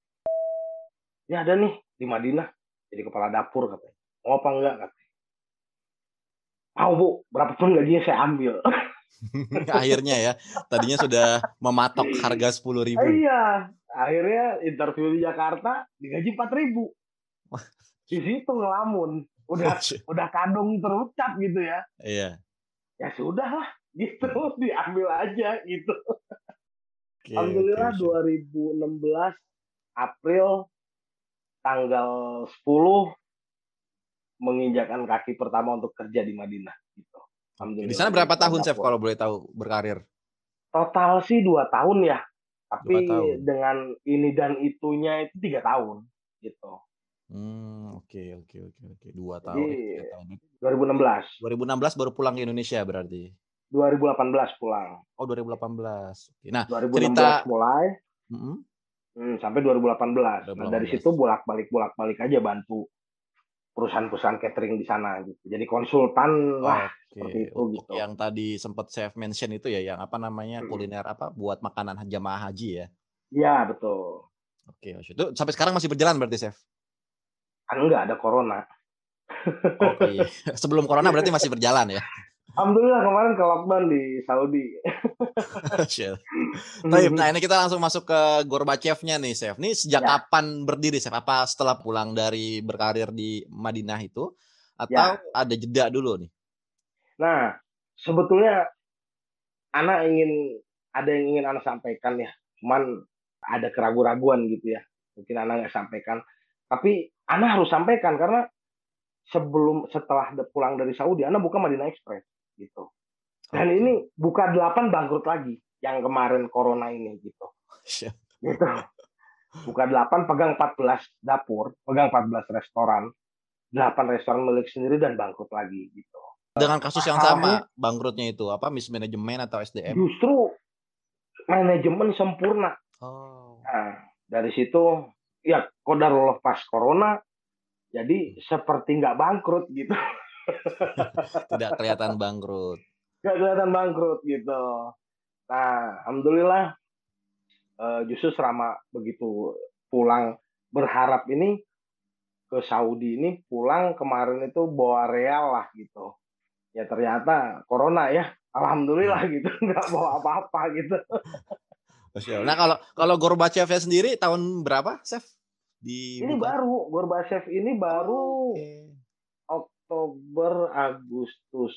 Ya ada nih di Madinah, jadi kepala dapur katanya. Mau apa enggak katanya. Mau Bu, berapapun gajinya saya ambil. Akhirnya ya, tadinya sudah mematok harga 10.000. Iya, akhirnya interview di Jakarta digaji 4.000. Di situ ngelamun, udah kadung terucap gitu ya. Iya. Ya sudah lah, gitu diambil aja gitu. Alhamdulillah 2016 April tanggal 10 menginjakkan kaki pertama untuk kerja di Madinah gitu. Di sana berapa tahun Chef kalau boleh tahu berkarir? Total sih 2 tahun ya. Tapi 2 tahun. dengan ini dan itunya itu 3 tahun gitu. Oke. 2 tahun. Jadi 3 tahun. 2016. 2016 baru pulang ke Indonesia berarti. 2018 pulang. Oh, 2018. Nah, 2016 cerita mulai. Sampai 2018. Nah, dari situ bolak-balik aja bantu perusahaan-perusahaan catering di sana gitu. Jadi konsultan lah seperti itu untuk gitu. yang tadi sempat Chef mention itu ya, yang apa namanya kuliner apa buat makanan jamaah haji ya? Iya betul. Oke, itu sampai sekarang masih berjalan berarti Chef? Kan enggak ada corona. Oke, sebelum corona berarti masih berjalan ya? Alhamdulillah kemarin ke lockdown di Saudi. Nah ini kita langsung masuk ke Gorbachevnya nih Chef. Ini sejak kapan berdiri Chef? Apa setelah pulang dari berkarir di Madinah itu? Atau ada jeda dulu nih? Nah sebetulnya ada yang ingin anak sampaikan ya. Cuman ada keraguan-raguan gitu ya. Mungkin anak nggak sampaikan. Tapi anak harus sampaikan karena setelah pulang dari Saudi, anak buka Madinah Express gitu. Dan ini buka 8 bangkrut lagi yang kemarin corona ini gitu. Gitu. Buka 8, pegang 14 dapur, pegang 14 restoran, 8 restoran milik sendiri dan bangkrut lagi gitu. Dengan kasus yang sama bangkrutnya itu apa mismanajemen atau SDM? Justru manajemen sempurna. Nah, dari situ ya qadarullah pas corona jadi seperti nggak bangkrut gitu. Tidak kelihatan bangkrut. Nggak kelihatan bangkrut gitu. Nah, alhamdulillah justru selama begitu pulang berharap ini ke Saudi ini pulang kemarin itu bawa real lah gitu. Ya ternyata corona ya. Alhamdulillah gitu, nggak bawa apa-apa gitu. Nah kalau Gorbachevnya sendiri tahun berapa, Chef? Ini baru Gorbachev ini baru Oktober Agustus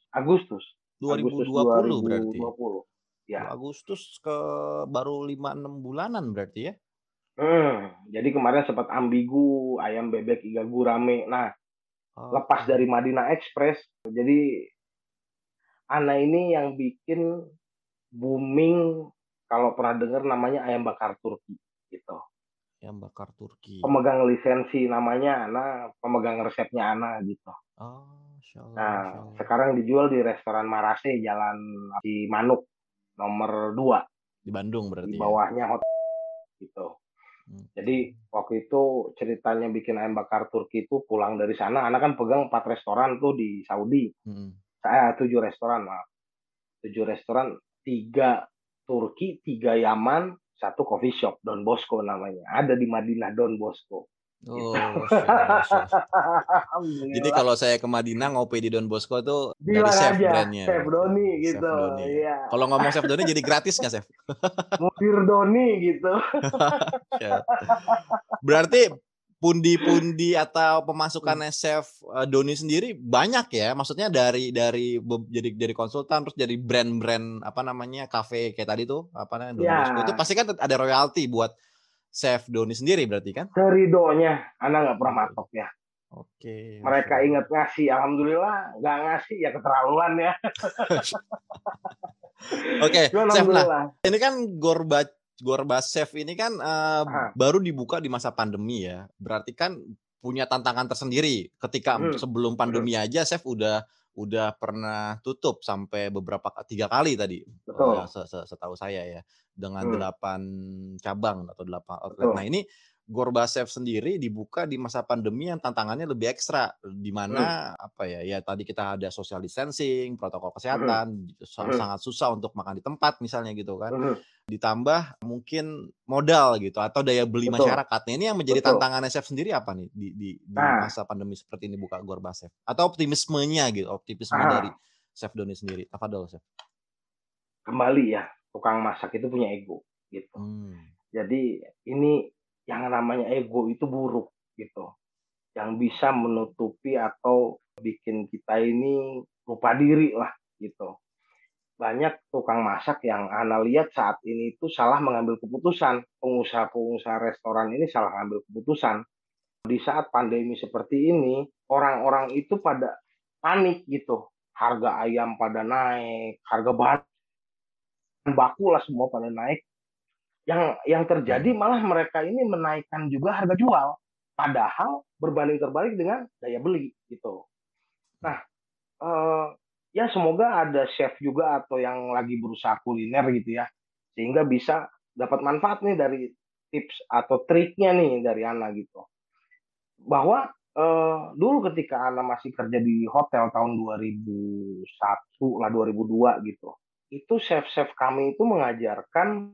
2020 berarti. Ya. Agustus ke baru 5-6 bulanan berarti ya. Jadi kemarin sempat ambigu ayam bebek iga gurame. Nah, lepas dari Madinah Express. Jadi Ana ini yang bikin booming kalau pernah dengar namanya ayam bakar Turki gitu. Ayam bakar Turki. Pemegang lisensi namanya Ana, pemegang resepnya Ana gitu. Nah, sekarang dijual di restoran Marase Jalan Cimanuk nomor 2 di Bandung berarti. Di bawahnya hotel gitu. Jadi waktu itu ceritanya bikin ayam bakar Turki itu pulang dari sana, Ana kan pegang 4 restoran tuh di Saudi. 7 restoran, maaf. 7 restoran, 3 Turki, 3 Yaman, 1 coffee shop, Don Bosco namanya. Ada di Madinah Don Bosco. Oh, Gitu. Masya Allah, Masya Allah. Jadi Alhamdulillah. kalau saya ke Madinah ngopi di Don Bosco tuh dari Bilang Chef aja, brandnya Chef berarti. Doni Chef gitu. Doni ya. Iya. Kalau ngomong Chef Doni jadi gratis nggak, Chef? Mudir Doni gitu. Ya. Berarti pundi-pundi atau pemasukannya Chef Doni sendiri banyak ya? Maksudnya jadi konsultan terus jadi brand-brand apa namanya kafe kayak tadi tuh apa namanya Don Bosco itu Ya, pasti kan ada royalti buat Chef Doni sendiri berarti kan? seridonya, Ana nggak pernah Gitu. matok ya. Oke, Masya Mereka Allah. ingat ngasih, alhamdulillah. Nggak ngasih ya keterlaluan ya. Oke, Cuman Chef. Nah, alhamdulillah. ini kan Gorba Chef ini kan Ah, baru dibuka di masa pandemi ya. Berarti kan punya tantangan tersendiri. Ketika mhm, sebelum pandemi aja Chef udah pernah tutup sampai 3 kali tadi. betul. Setahu saya ya. Dengan Hmm, 8 cabang atau 8 outlet. Nah, betul. ini Gorba Chef sendiri dibuka di masa pandemi yang tantangannya lebih ekstra, di Hmm, mana apa ya, ya tadi kita ada social distancing, protokol mhm, kesehatan, mhm, sangat susah untuk makan di tempat misalnya gitu kan. mhm, Ditambah mungkin modal gitu atau daya beli betul. masyarakat. Nah, ini yang menjadi Betul. tantangannya Chef sendiri apa nih di Nah, masa pandemi seperti ini buka Gorba Chef? Atau optimismenya gitu, optimisme dari aha, Chef Doni sendiri. Tafadhol, Chef. kembali ya, tukang masak itu punya ego gitu. Hmm. Jadi ini yang namanya ego itu buruk gitu. Yang bisa menutupi atau bikin kita ini lupa diri lah gitu. Banyak tukang masak yang Ana lihat saat ini itu salah mengambil keputusan. Pengusaha-pengusaha restoran ini salah mengambil keputusan. Di saat pandemi seperti ini, orang-orang itu pada panik gitu. Harga ayam pada naik, harga bahan baku lah semua pada naik. Yang terjadi Hmm. malah mereka ini menaikkan juga harga jual. Padahal berbanding terbalik dengan daya beli gitu. Nah, ya semoga ada chef juga atau yang lagi berusaha kuliner gitu ya, sehingga bisa dapat manfaat nih dari tips atau triknya nih dari Ana gitu. Bahwa dulu ketika Ana masih kerja di hotel tahun 2001 lah 2002 gitu, itu chef-chef kami itu mengajarkan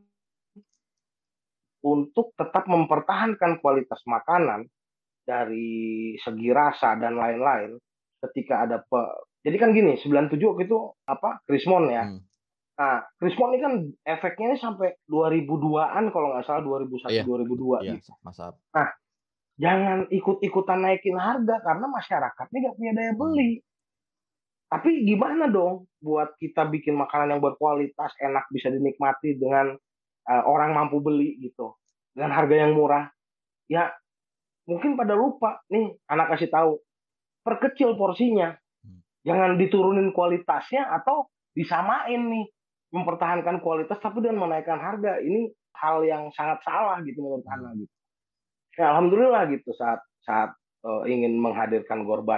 untuk tetap mempertahankan kualitas makanan dari segi rasa dan lain-lain ketika ada jadi kan gini, 97 waktu itu apa Krismon ya. Hmm. Nah, Krismon ini kan efeknya ini sampai 2002-an kalau nggak salah 2001 Iya, 2002 iya, gitu. Mas Ab. Nah, jangan ikut-ikutan naikin harga karena masyarakatnya nggak punya daya Hmm. beli. Tapi gimana dong buat kita bikin makanan yang berkualitas, enak, bisa dinikmati dengan orang mampu beli gitu. Dengan harga yang murah. Ya, mungkin pada lupa nih, anak kasih tahu, perkecil porsinya. Hmm. Jangan diturunin kualitasnya atau disamain nih. Mempertahankan kualitas tapi dengan menaikkan harga. Ini hal yang sangat salah gitu menurut Hmm. Ana gitu. Ya, alhamdulillah gitu saat saat ingin menghadirkan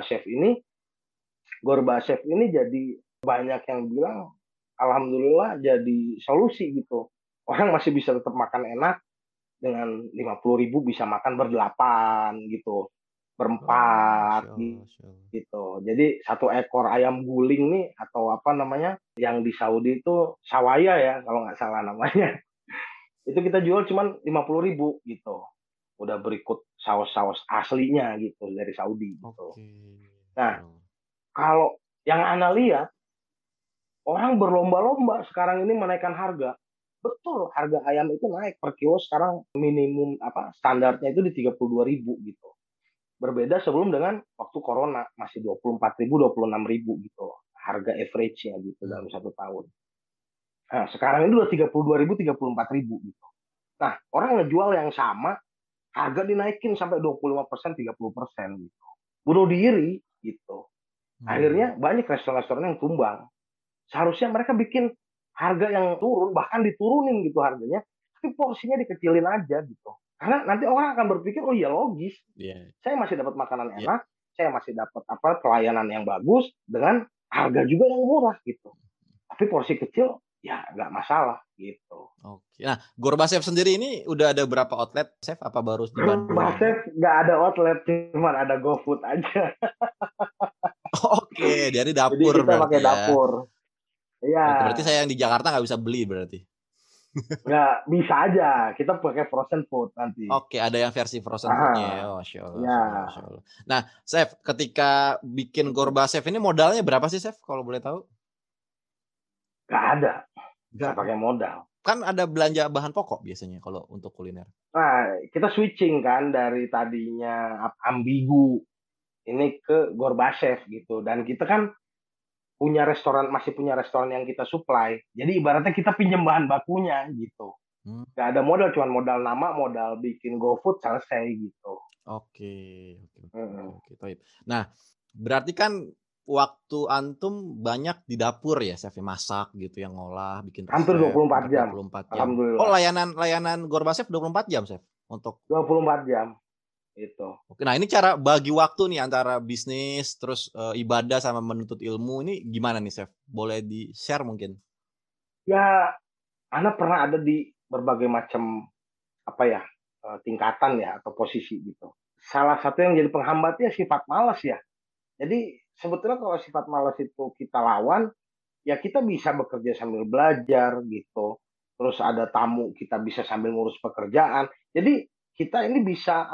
Gorba Chef ini jadi banyak yang bilang alhamdulillah jadi solusi gitu. Orang masih bisa tetap makan enak dengan 50.000 bisa makan berdelapan gitu, Oh, Masya berempat Allah, Masya Allah. gitu. Jadi satu ekor ayam guling nih atau apa namanya yang di Saudi itu sawaya ya kalau nggak salah namanya. Itu kita jual cuman 50.000 gitu. Udah berikut saus-saus aslinya gitu dari Saudi gitu. Oke, Nah, Masya Allah. kalau yang Anda lihat orang berlomba-lomba sekarang ini menaikkan harga. Betul, harga ayam itu naik per kilo sekarang minimum apa standarnya itu di 32.000 gitu. Berbeda sebelum dengan waktu corona masih 24.000, 26.000 gitu. Harga average-nya gitu Hmm. dalam satu tahun. Nah, sekarang ini udah 32.000, 34.000 gitu. Nah, orang ngejual yang sama, harga dinaikin sampai 25%, 30% gitu. Bunuh diri gitu. Hmm. Akhirnya banyak restoran-restoran yang tumbang. Seharusnya mereka bikin harga yang turun, bahkan diturunin gitu harganya, tapi porsinya dikecilin aja gitu. Karena nanti orang akan berpikir, oh iya logis, Iya, saya masih dapat makanan iya. enak, saya masih dapat apa pelayanan yang bagus dengan harga juga yang murah gitu. Tapi porsi kecil ya nggak masalah gitu. Oke. Nah, Gorba Chef sendiri ini udah ada berapa outlet, Chef? Apa baru di Bandung aja? Bahasa nggak ada outlet, cuman ada GoFood aja. Oke, dari Jadi dapur kita berarti pakai ya. dapur. Iya, Oke, berarti saya yang di Jakarta nggak bisa beli berarti. Nggak bisa aja. Kita pakai frozen food nanti. Oke, ada yang versi frozen food-nya ya. Oh, Masya Allah, Ya. Masya Allah. Nah, Chef, ketika bikin Gorba Chef ini modalnya berapa sih, Chef? Kalau boleh tahu? Nggak ada. Nggak Nggak. pakai modal. Kan ada belanja bahan pokok biasanya kalau untuk kuliner. Nah, kita switching kan dari tadinya ambigu ini ke Gorba Chef gitu. Dan kita kan masih punya restoran yang kita supply. Jadi ibaratnya kita pinjam bahan bakunya gitu. Nggak ada modal, cuma modal nama, modal bikin GoFood selesai gitu. Oke. Baik. Nah, berarti kan waktu antum banyak di dapur ya, Chef, masak gitu, yang ngolah, bikin resep. Hampir 24 jam. 24 jam. Alhamdulillah. Oh, layanan Gorba Chef 24 jam, Chef? Untuk 24 jam. Itu. Oke, nah ini cara bagi waktu nih antara bisnis, terus ibadah sama menuntut ilmu ini gimana nih, Chef? Boleh di-share mungkin? Ya, Ana pernah ada di berbagai macam tingkatan ya atau posisi gitu. Salah satu yang jadi penghambatnya sifat malas ya. Jadi sebetulnya kalau sifat malas itu kita lawan, ya kita bisa bekerja sambil belajar gitu. Terus ada tamu, kita bisa sambil ngurus pekerjaan. Jadi kita ini bisa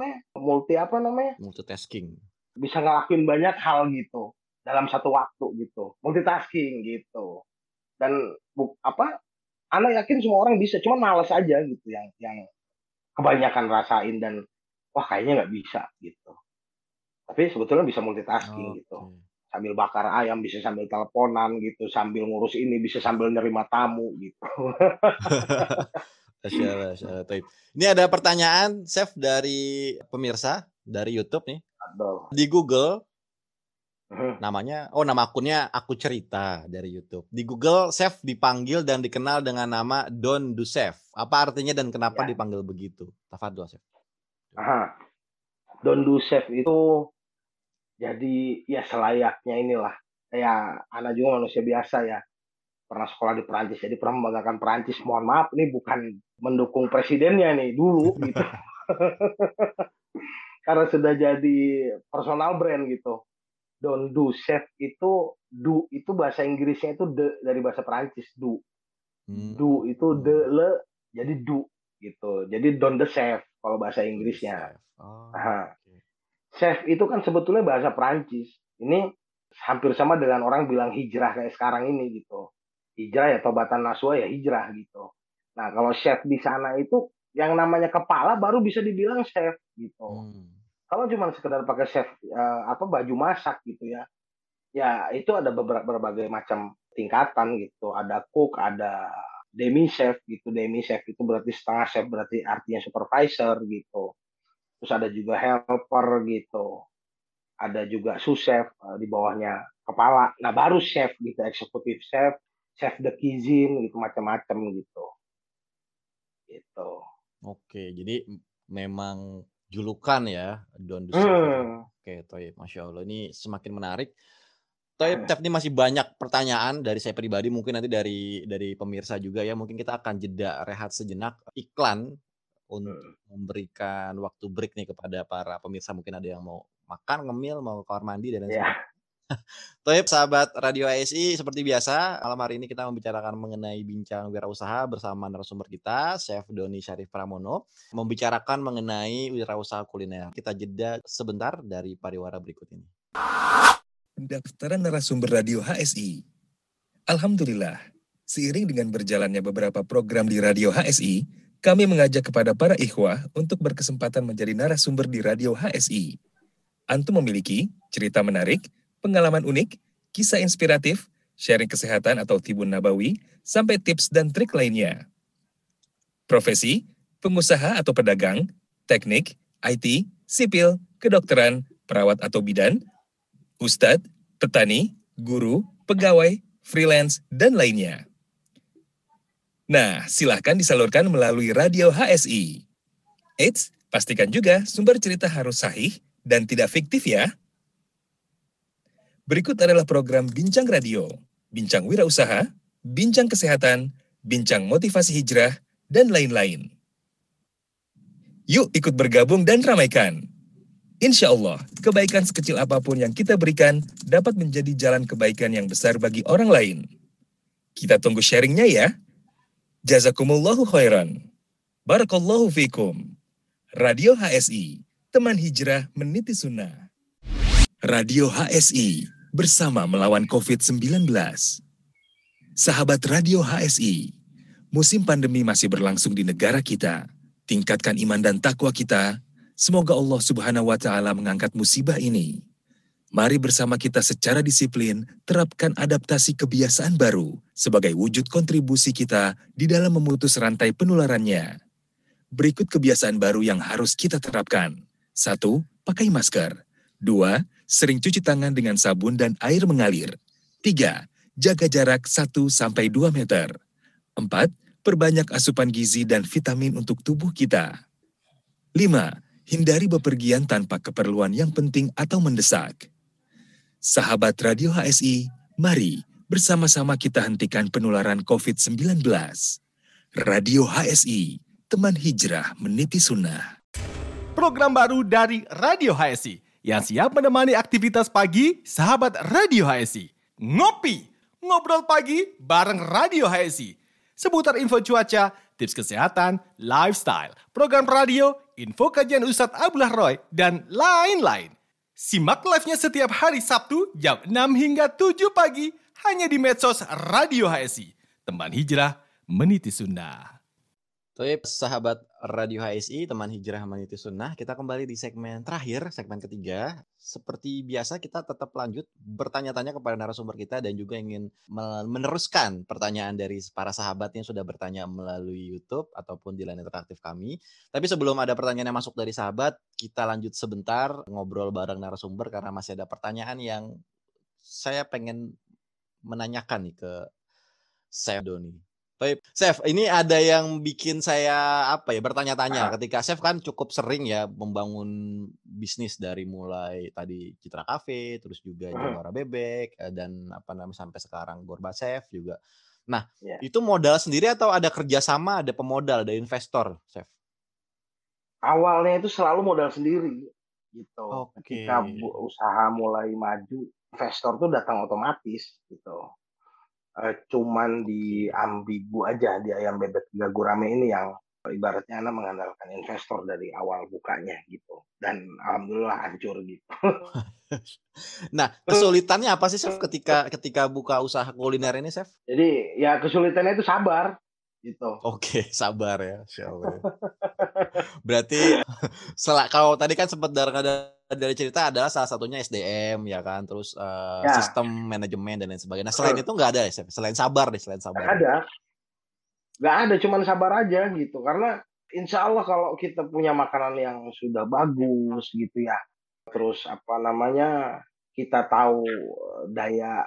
multitasking. Bisa ngelakuin banyak hal gitu dalam satu waktu gitu. Multitasking gitu. Dan Ana yakin semua orang bisa, cuma malas aja gitu yang kebanyakan rasain dan wah kayaknya nggak bisa gitu. Tapi sebetulnya bisa multitasking gitu. Sambil bakar ayam bisa sambil teleponan gitu, sambil ngurus ini bisa sambil nerima tamu gitu. Masya Allah. Ini ada pertanyaan, Chef, dari pemirsa dari YouTube nih. Aduh. Di Google nama akunnya Aku Cerita dari YouTube. Di Google, Chef dipanggil dan dikenal dengan nama Don Du Chef. Apa artinya dan kenapa dipanggil begitu? Tafadhol, Chef. Don Du Chef itu jadi ya selayaknya inilah. Kayak Ana juga manusia biasa ya. Pernah sekolah di Perancis, jadi pernah membanggakan Perancis. Mohon maaf, ini bukan mendukung presidennya nih dulu gitu. Karena sudah jadi personal brand gitu. Don Du Chef itu bahasa Inggrisnya itu dari bahasa Perancis du. Du itu le jadi du gitu. Jadi Don the Chef kalau bahasa Inggrisnya. Chef itu kan sebetulnya bahasa Perancis. Ini hampir sama dengan orang bilang hijrah kayak sekarang ini gitu. Hijrah ya tobatan nasuha ya hijrah gitu. Nah, kalau chef di sana itu yang namanya kepala baru bisa dibilang chef gitu. Kalau cuma sekedar pakai chef baju masak gitu ya. Ya, itu ada berbagai macam tingkatan gitu. Ada cook, ada demi chef gitu. Demi chef itu berarti setengah chef, berarti artinya supervisor gitu. Terus ada juga helper gitu. Ada juga sous chef di bawahnya kepala. Nah, baru chef gitu, eksekutif chef, chef de cuisine gitu, macam-macam gitu. Gitu. Oke, jadi memang julukan ya Don Du Chef. Oke, Toib, Masya Allah, ini semakin menarik. Toib, Chef, ini masih banyak pertanyaan dari saya pribadi, mungkin nanti dari pemirsa juga ya. Mungkin kita akan jeda rehat sejenak iklan untuk memberikan waktu break nih kepada para pemirsa. Mungkin ada yang mau makan, ngemil, mau ke kamar mandi dan sebagainya. Toib, sahabat Radio HSI, seperti biasa malam hari ini kita membicarakan mengenai bincang wirausaha bersama narasumber kita, Chef Doni Syarif Pramono, membicarakan mengenai wirausaha kuliner. Kita jeda sebentar dari pariwara berikut ini. Pendaftaran narasumber Radio HSI. Alhamdulillah, seiring dengan berjalannya beberapa program di Radio HSI, kami mengajak kepada para ikhwah untuk berkesempatan menjadi narasumber di Radio HSI. Antum memiliki cerita menarik, pengalaman unik, kisah inspiratif, sharing kesehatan atau tibun nabawi, sampai tips dan trik lainnya. Profesi, pengusaha atau pedagang, teknik, IT, sipil, kedokteran, perawat atau bidan, ustadz, petani, guru, pegawai, freelance, dan lainnya. Nah, silahkan disalurkan melalui Radio HSI. Eits, pastikan juga sumber cerita harus sahih dan tidak fiktif ya. Berikut adalah program Bincang Radio, Bincang Wirausaha, Bincang Kesehatan, Bincang Motivasi Hijrah, dan lain-lain. Yuk ikut bergabung dan ramaikan. Insya Allah, kebaikan sekecil apapun yang kita berikan dapat menjadi jalan kebaikan yang besar bagi orang lain. Kita tunggu sharingnya ya. Jazakumullahu khairan. Barakallahu fikum. Radio HSI, teman hijrah meniti sunnah. Radio HSI, bersama melawan COVID-19. Sahabat Radio HSI, musim pandemi masih berlangsung di negara kita. Tingkatkan iman dan takwa kita. Semoga Allah Subhanahu wa Ta'ala mengangkat musibah ini. Mari bersama kita secara disiplin terapkan adaptasi kebiasaan baru sebagai wujud kontribusi kita di dalam memutus rantai penularannya. Berikut kebiasaan baru yang harus kita terapkan. 1. Pakai masker. 2. Sering cuci tangan dengan sabun dan air mengalir. 3. Jaga jarak 1-2 meter. 4. Perbanyak asupan gizi dan vitamin untuk tubuh kita. 5. Hindari bepergian tanpa keperluan yang penting atau mendesak. Sahabat Radio HSI, mari bersama-sama kita hentikan penularan COVID-19. Radio HSI, teman hijrah meniti sunnah. Program baru dari Radio HSI yang siap menemani aktivitas pagi sahabat Radio HSI. Ngopi, ngobrol pagi bareng Radio HSI. Seputar info cuaca, tips kesehatan, lifestyle, program radio, info kajian Ustadz Abdullah Roy, dan lain-lain. Simak live-nya setiap hari Sabtu jam 6 hingga 7 pagi hanya di medsos Radio HSI. Teman hijrah meniti sunnah. Baik, sahabat Radio HSI, teman hijrah meniti sunnah, kita kembali di segmen terakhir, segmen ketiga. Seperti biasa kita tetap lanjut bertanya-tanya kepada narasumber kita dan juga ingin meneruskan pertanyaan dari para sahabat yang sudah bertanya melalui YouTube ataupun di line interaktif kami. Tapi sebelum ada pertanyaan yang masuk dari sahabat, kita lanjut sebentar ngobrol bareng narasumber karena masih ada pertanyaan yang saya pengen menanyakan nih ke Chef Doni. Baik, Chef, ini ada yang bikin saya bertanya-tanya. Ketika Chef kan cukup sering ya membangun bisnis dari mulai tadi Citra Cafe, terus juga Jawara Bebek dan sampai sekarang Gorba Chef juga. Nah, itu modal sendiri atau ada kerjasama, ada pemodal, ada investor, Chef? Awalnya itu selalu modal sendiri gitu. Okay. Ketika usaha mulai maju, investor tuh datang otomatis gitu. Cuman di Ambigu aja, di ayam bebek tiga gurame ini yang ibaratnya Ana mengandalkan investor dari awal bukanya gitu. Dan alhamdulillah hancur gitu. Nah, kesulitannya apa sih, Chef, ketika buka usaha kuliner ini, Chef? Jadi ya kesulitannya itu sabar gitu. Oke, sabar ya, insyaallah. Berarti kalau tadi kan sempat dari cerita adalah salah satunya SDM ya kan, terus sistem manajemen dan lain sebagainya. Nah, selain itu nggak ada ya, Chef? Selain sabar. Nggak ada, cuman sabar aja gitu. Karena insya Allah kalau kita punya makanan yang sudah bagus gitu ya, terus kita tahu daya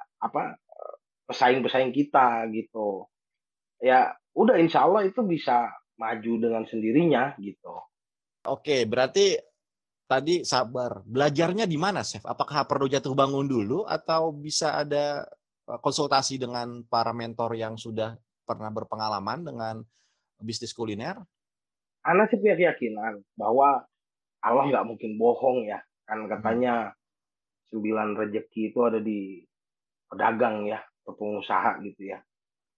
pesaing kita gitu, ya udah insya Allah itu bisa maju dengan sendirinya gitu. Oke, berarti tadi sabar. Belajarnya di mana, Chef? Apakah perlu jatuh bangun dulu atau bisa ada konsultasi dengan para mentor yang sudah pernah berpengalaman dengan bisnis kuliner? Ana sih punya keyakinan bahwa Allah nggak mungkin bohong ya. Kan katanya 9 rezeki itu ada di pedagang ya, atau pengusaha gitu ya.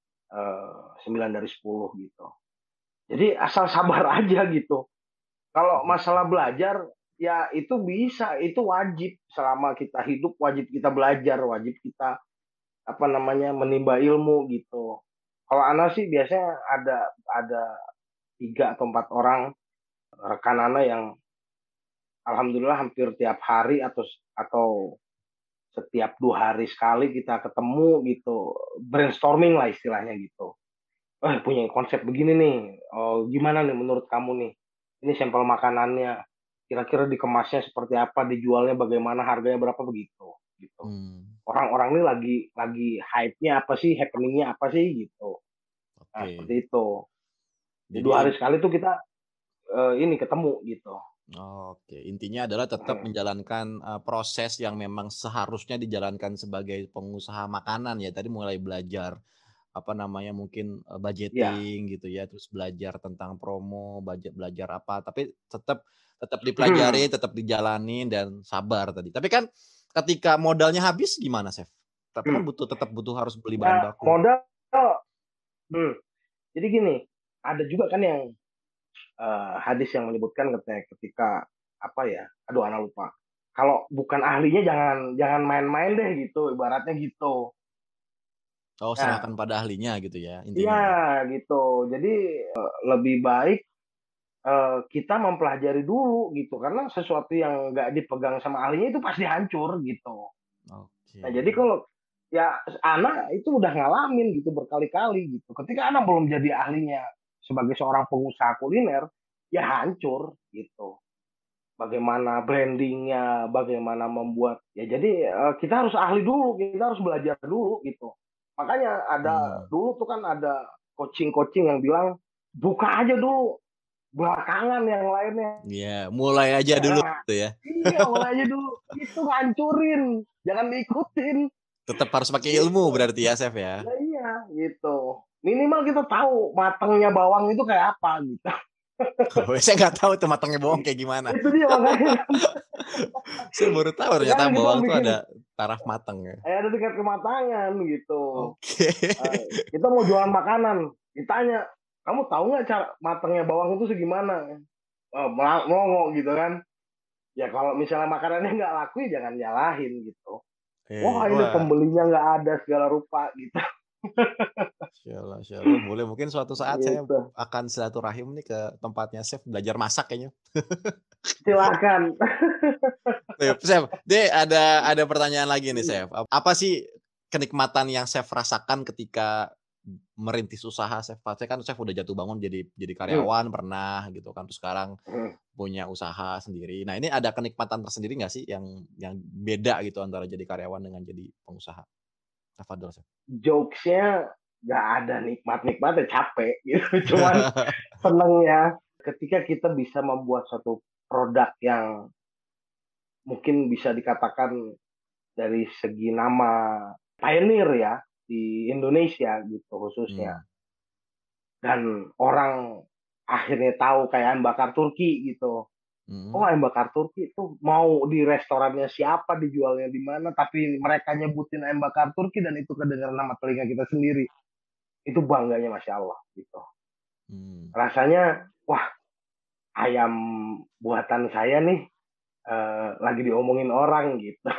9 dari 10 gitu. Jadi asal sabar aja gitu. Kalau masalah belajar, ya itu bisa, itu wajib. Selama kita hidup wajib kita belajar, wajib kita menimba ilmu gitu. Kalau Ana sih biasanya ada 3 atau 4 orang rekan Ana yang alhamdulillah hampir tiap hari atau setiap 2 hari sekali kita ketemu gitu, brainstorming lah istilahnya gitu. Punya konsep begini nih, gimana nih menurut kamu nih? Ini sampel makanannya, kira-kira dikemasnya seperti apa, dijualnya bagaimana, harganya berapa, begitu gitu. Orang-orang ini lagi hype-nya apa sih, happening-nya apa sih gitu. Nah, seperti itu. Jadi 2 hari sekali tuh kita ketemu gitu. Oke, intinya adalah tetap menjalankan proses yang memang seharusnya dijalankan sebagai pengusaha makanan ya. Tadi mulai belajar mungkin budgeting gitu ya, terus belajar tentang promo, belajar apa, tapi tetap dipelajari, tetap dijalani dan sabar tadi. Tapi kan ketika modalnya habis gimana, Chef? Tapi kan harus beli bahan baku. Modal Jadi gini, ada juga kan yang hadis yang menyebutkan ketika apa ya? Aduh, anak lupa. Kalau bukan ahlinya jangan main-main deh gitu, ibaratnya gitu. Oh, Nah, serahkan pada ahlinya gitu ya iya intinya ya. gitu. Jadi lebih baik kita mempelajari dulu gitu, karena sesuatu yang nggak dipegang sama ahlinya itu pasti hancur gitu. Nah, jadi Oke. kalau ya anak itu udah ngalamin gitu berkali-kali gitu. Ketika anak belum jadi ahlinya sebagai seorang pengusaha kuliner, ya hancur gitu. Bagaimana brandingnya, bagaimana membuat ya. Jadi kita harus ahli dulu, kita harus belajar dulu gitu. Makanya ada Hmm. dulu tuh kan ada coaching-coaching yang bilang buka aja dulu, belakangan yang lainnya. Iya, mulai aja dulu Nah, gitu ya. iya mulai aja dulu. Itu ngancurin, jangan diikutin Tetap harus pakai ilmu gitu. berarti ya, Chef ya. Nah, iya gitu. Minimal kita tahu matangnya bawang itu kayak apa gitu. Saya nggak tahu tuh matangnya bawang kayak gimana. Itu dia makanya. Saya baru tahu ternyata Sekarang kita bawang mau tuh bikin ada taraf matang ya. ada tingkat kematangan gitu. Oke. Kita mau jualan makanan, ditanya, kamu tahu nggak cara matangnya bawang itu segimana? Melongo gitu kan. Ya kalau misalnya makanannya nggak laku, ya jangan nyalahin gitu. Wah, ini Wah, pembelinya nggak ada segala rupa gitu. insyaallah, insyaallah. Boleh mungkin suatu saat saya Gitu. akan silaturahim nih ke tempatnya Chef belajar masak kayaknya. Silahkan. Chef, deh ada pertanyaan lagi nih Chef. Apa sih kenikmatan yang Chef rasakan ketika merintis usaha Chef? Pasti kan Chef udah jatuh bangun jadi Hmm. karyawan pernah gitu kan, terus sekarang Hmm. punya usaha sendiri. Nah, ini ada kenikmatan tersendiri nggak sih yang beda gitu antara jadi karyawan dengan jadi pengusaha? Tafadhol, Chef. Jokesnya nggak ada nikmat-nikmatnya, capek gitu. Cuman senengnya ketika kita bisa membuat suatu produk yang mungkin bisa dikatakan dari segi nama pioneer ya di Indonesia gitu khususnya. Hmm. Dan orang akhirnya tahu kayak ayam bakar Turki gitu. Oh, Mhm. ayam bakar Turki itu mau di restorannya siapa, dijualnya di mana, tapi mereka nyebutin ayam bakar Turki dan itu kedengaran nama telinga kita sendiri. Itu bangganya Masya Allah gitu. Mmm. Rasanya, wah, ayam buatan saya nih lagi diomongin orang gitu.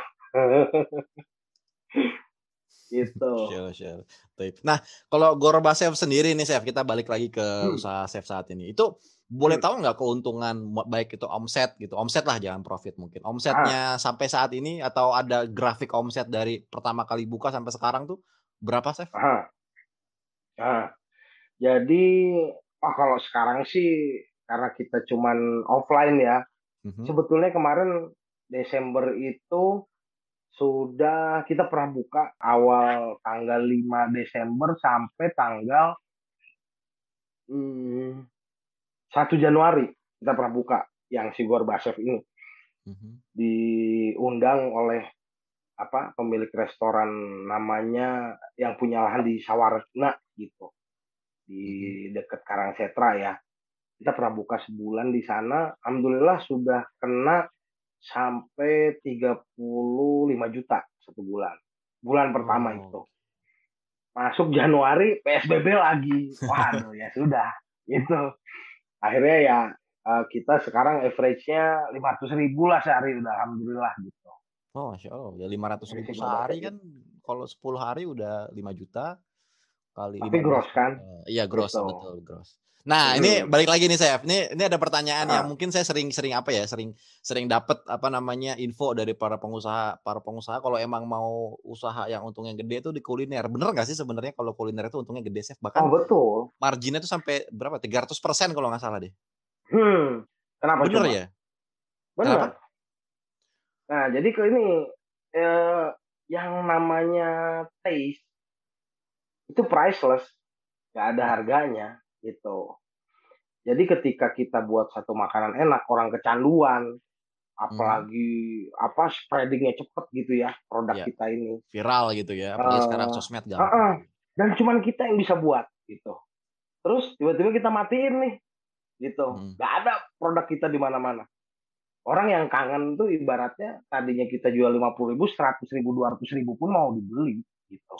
Gitu. Siap, siap. Baik. Nah, kalau Goroba Chef sendiri nih Chef, kita balik lagi ke Hmm, usaha Chef saat ini. Itu boleh hmm. tahu nggak keuntungan baik itu omset gitu, omset lah jangan profit mungkin. Ah, Omsetnya sampai saat ini atau ada grafik omset dari pertama kali buka sampai sekarang tuh berapa Chef? ah, ah. Jadi, kalau sekarang sih karena kita cuman offline ya. Mhm. Sebetulnya kemarin Desember itu sudah kita pernah buka awal tanggal 5 Desember sampai tanggal 1 Januari kita pernah buka yang si Gorbachev ini Mhm. diundang oleh pemilik restoran namanya yang punya lahan di Sawarna gitu di Mhm. dekat Karangsetra ya. Kita pernah buka sebulan di sana, alhamdulillah sudah kena sampai 35 juta satu bulan. Bulan pertama Oh. itu. Masuk Januari PSBB lagi. Waduh, ya sudah. Itu. Akhirnya ya kita sekarang average-nya 500.000 lah sehari udah alhamdulillah gitu. Oh, Masya Allah, udah Dari si 500.000 Gorbachev sehari kan itu. kalau 10 hari udah 5 juta kali Tapi 15 gross kan? juta. Iya gross, Gitu. betul gross. Nah ini Mhm. balik lagi nih Chef, ini ada pertanyaan yang Ah, mungkin saya sering apa ya, sering dapat apa namanya, info dari para pengusaha kalau emang mau usaha yang untungnya gede tuh di kuliner. Bener nggak sih sebenarnya kalau kuliner itu untungnya gede Chef? oh Bahkan betul. marginnya tuh sampai berapa, 300% kalau nggak salah deh. Kenapa Bener coba? ya? Bener. Kenapa? Nah, jadi ke ini eh, yang namanya taste itu priceless, nggak ada Oh, harganya gitu. Jadi ketika kita buat satu makanan enak, orang kecanduan, mhm, apalagi spreadingnya cepet gitu ya produk iya, kita ini. viral gitu ya, apalagi sekarang Eh, sosmed gampang. uh Dan cuman kita yang bisa buat gitu. Terus tiba-tiba kita matiin nih gitu. Mhm. Nggak ada produk kita di mana-mana. Orang yang kangen tuh ibaratnya tadinya kita jual 50.000, 100.000, 200.000 pun mau dibeli gitu.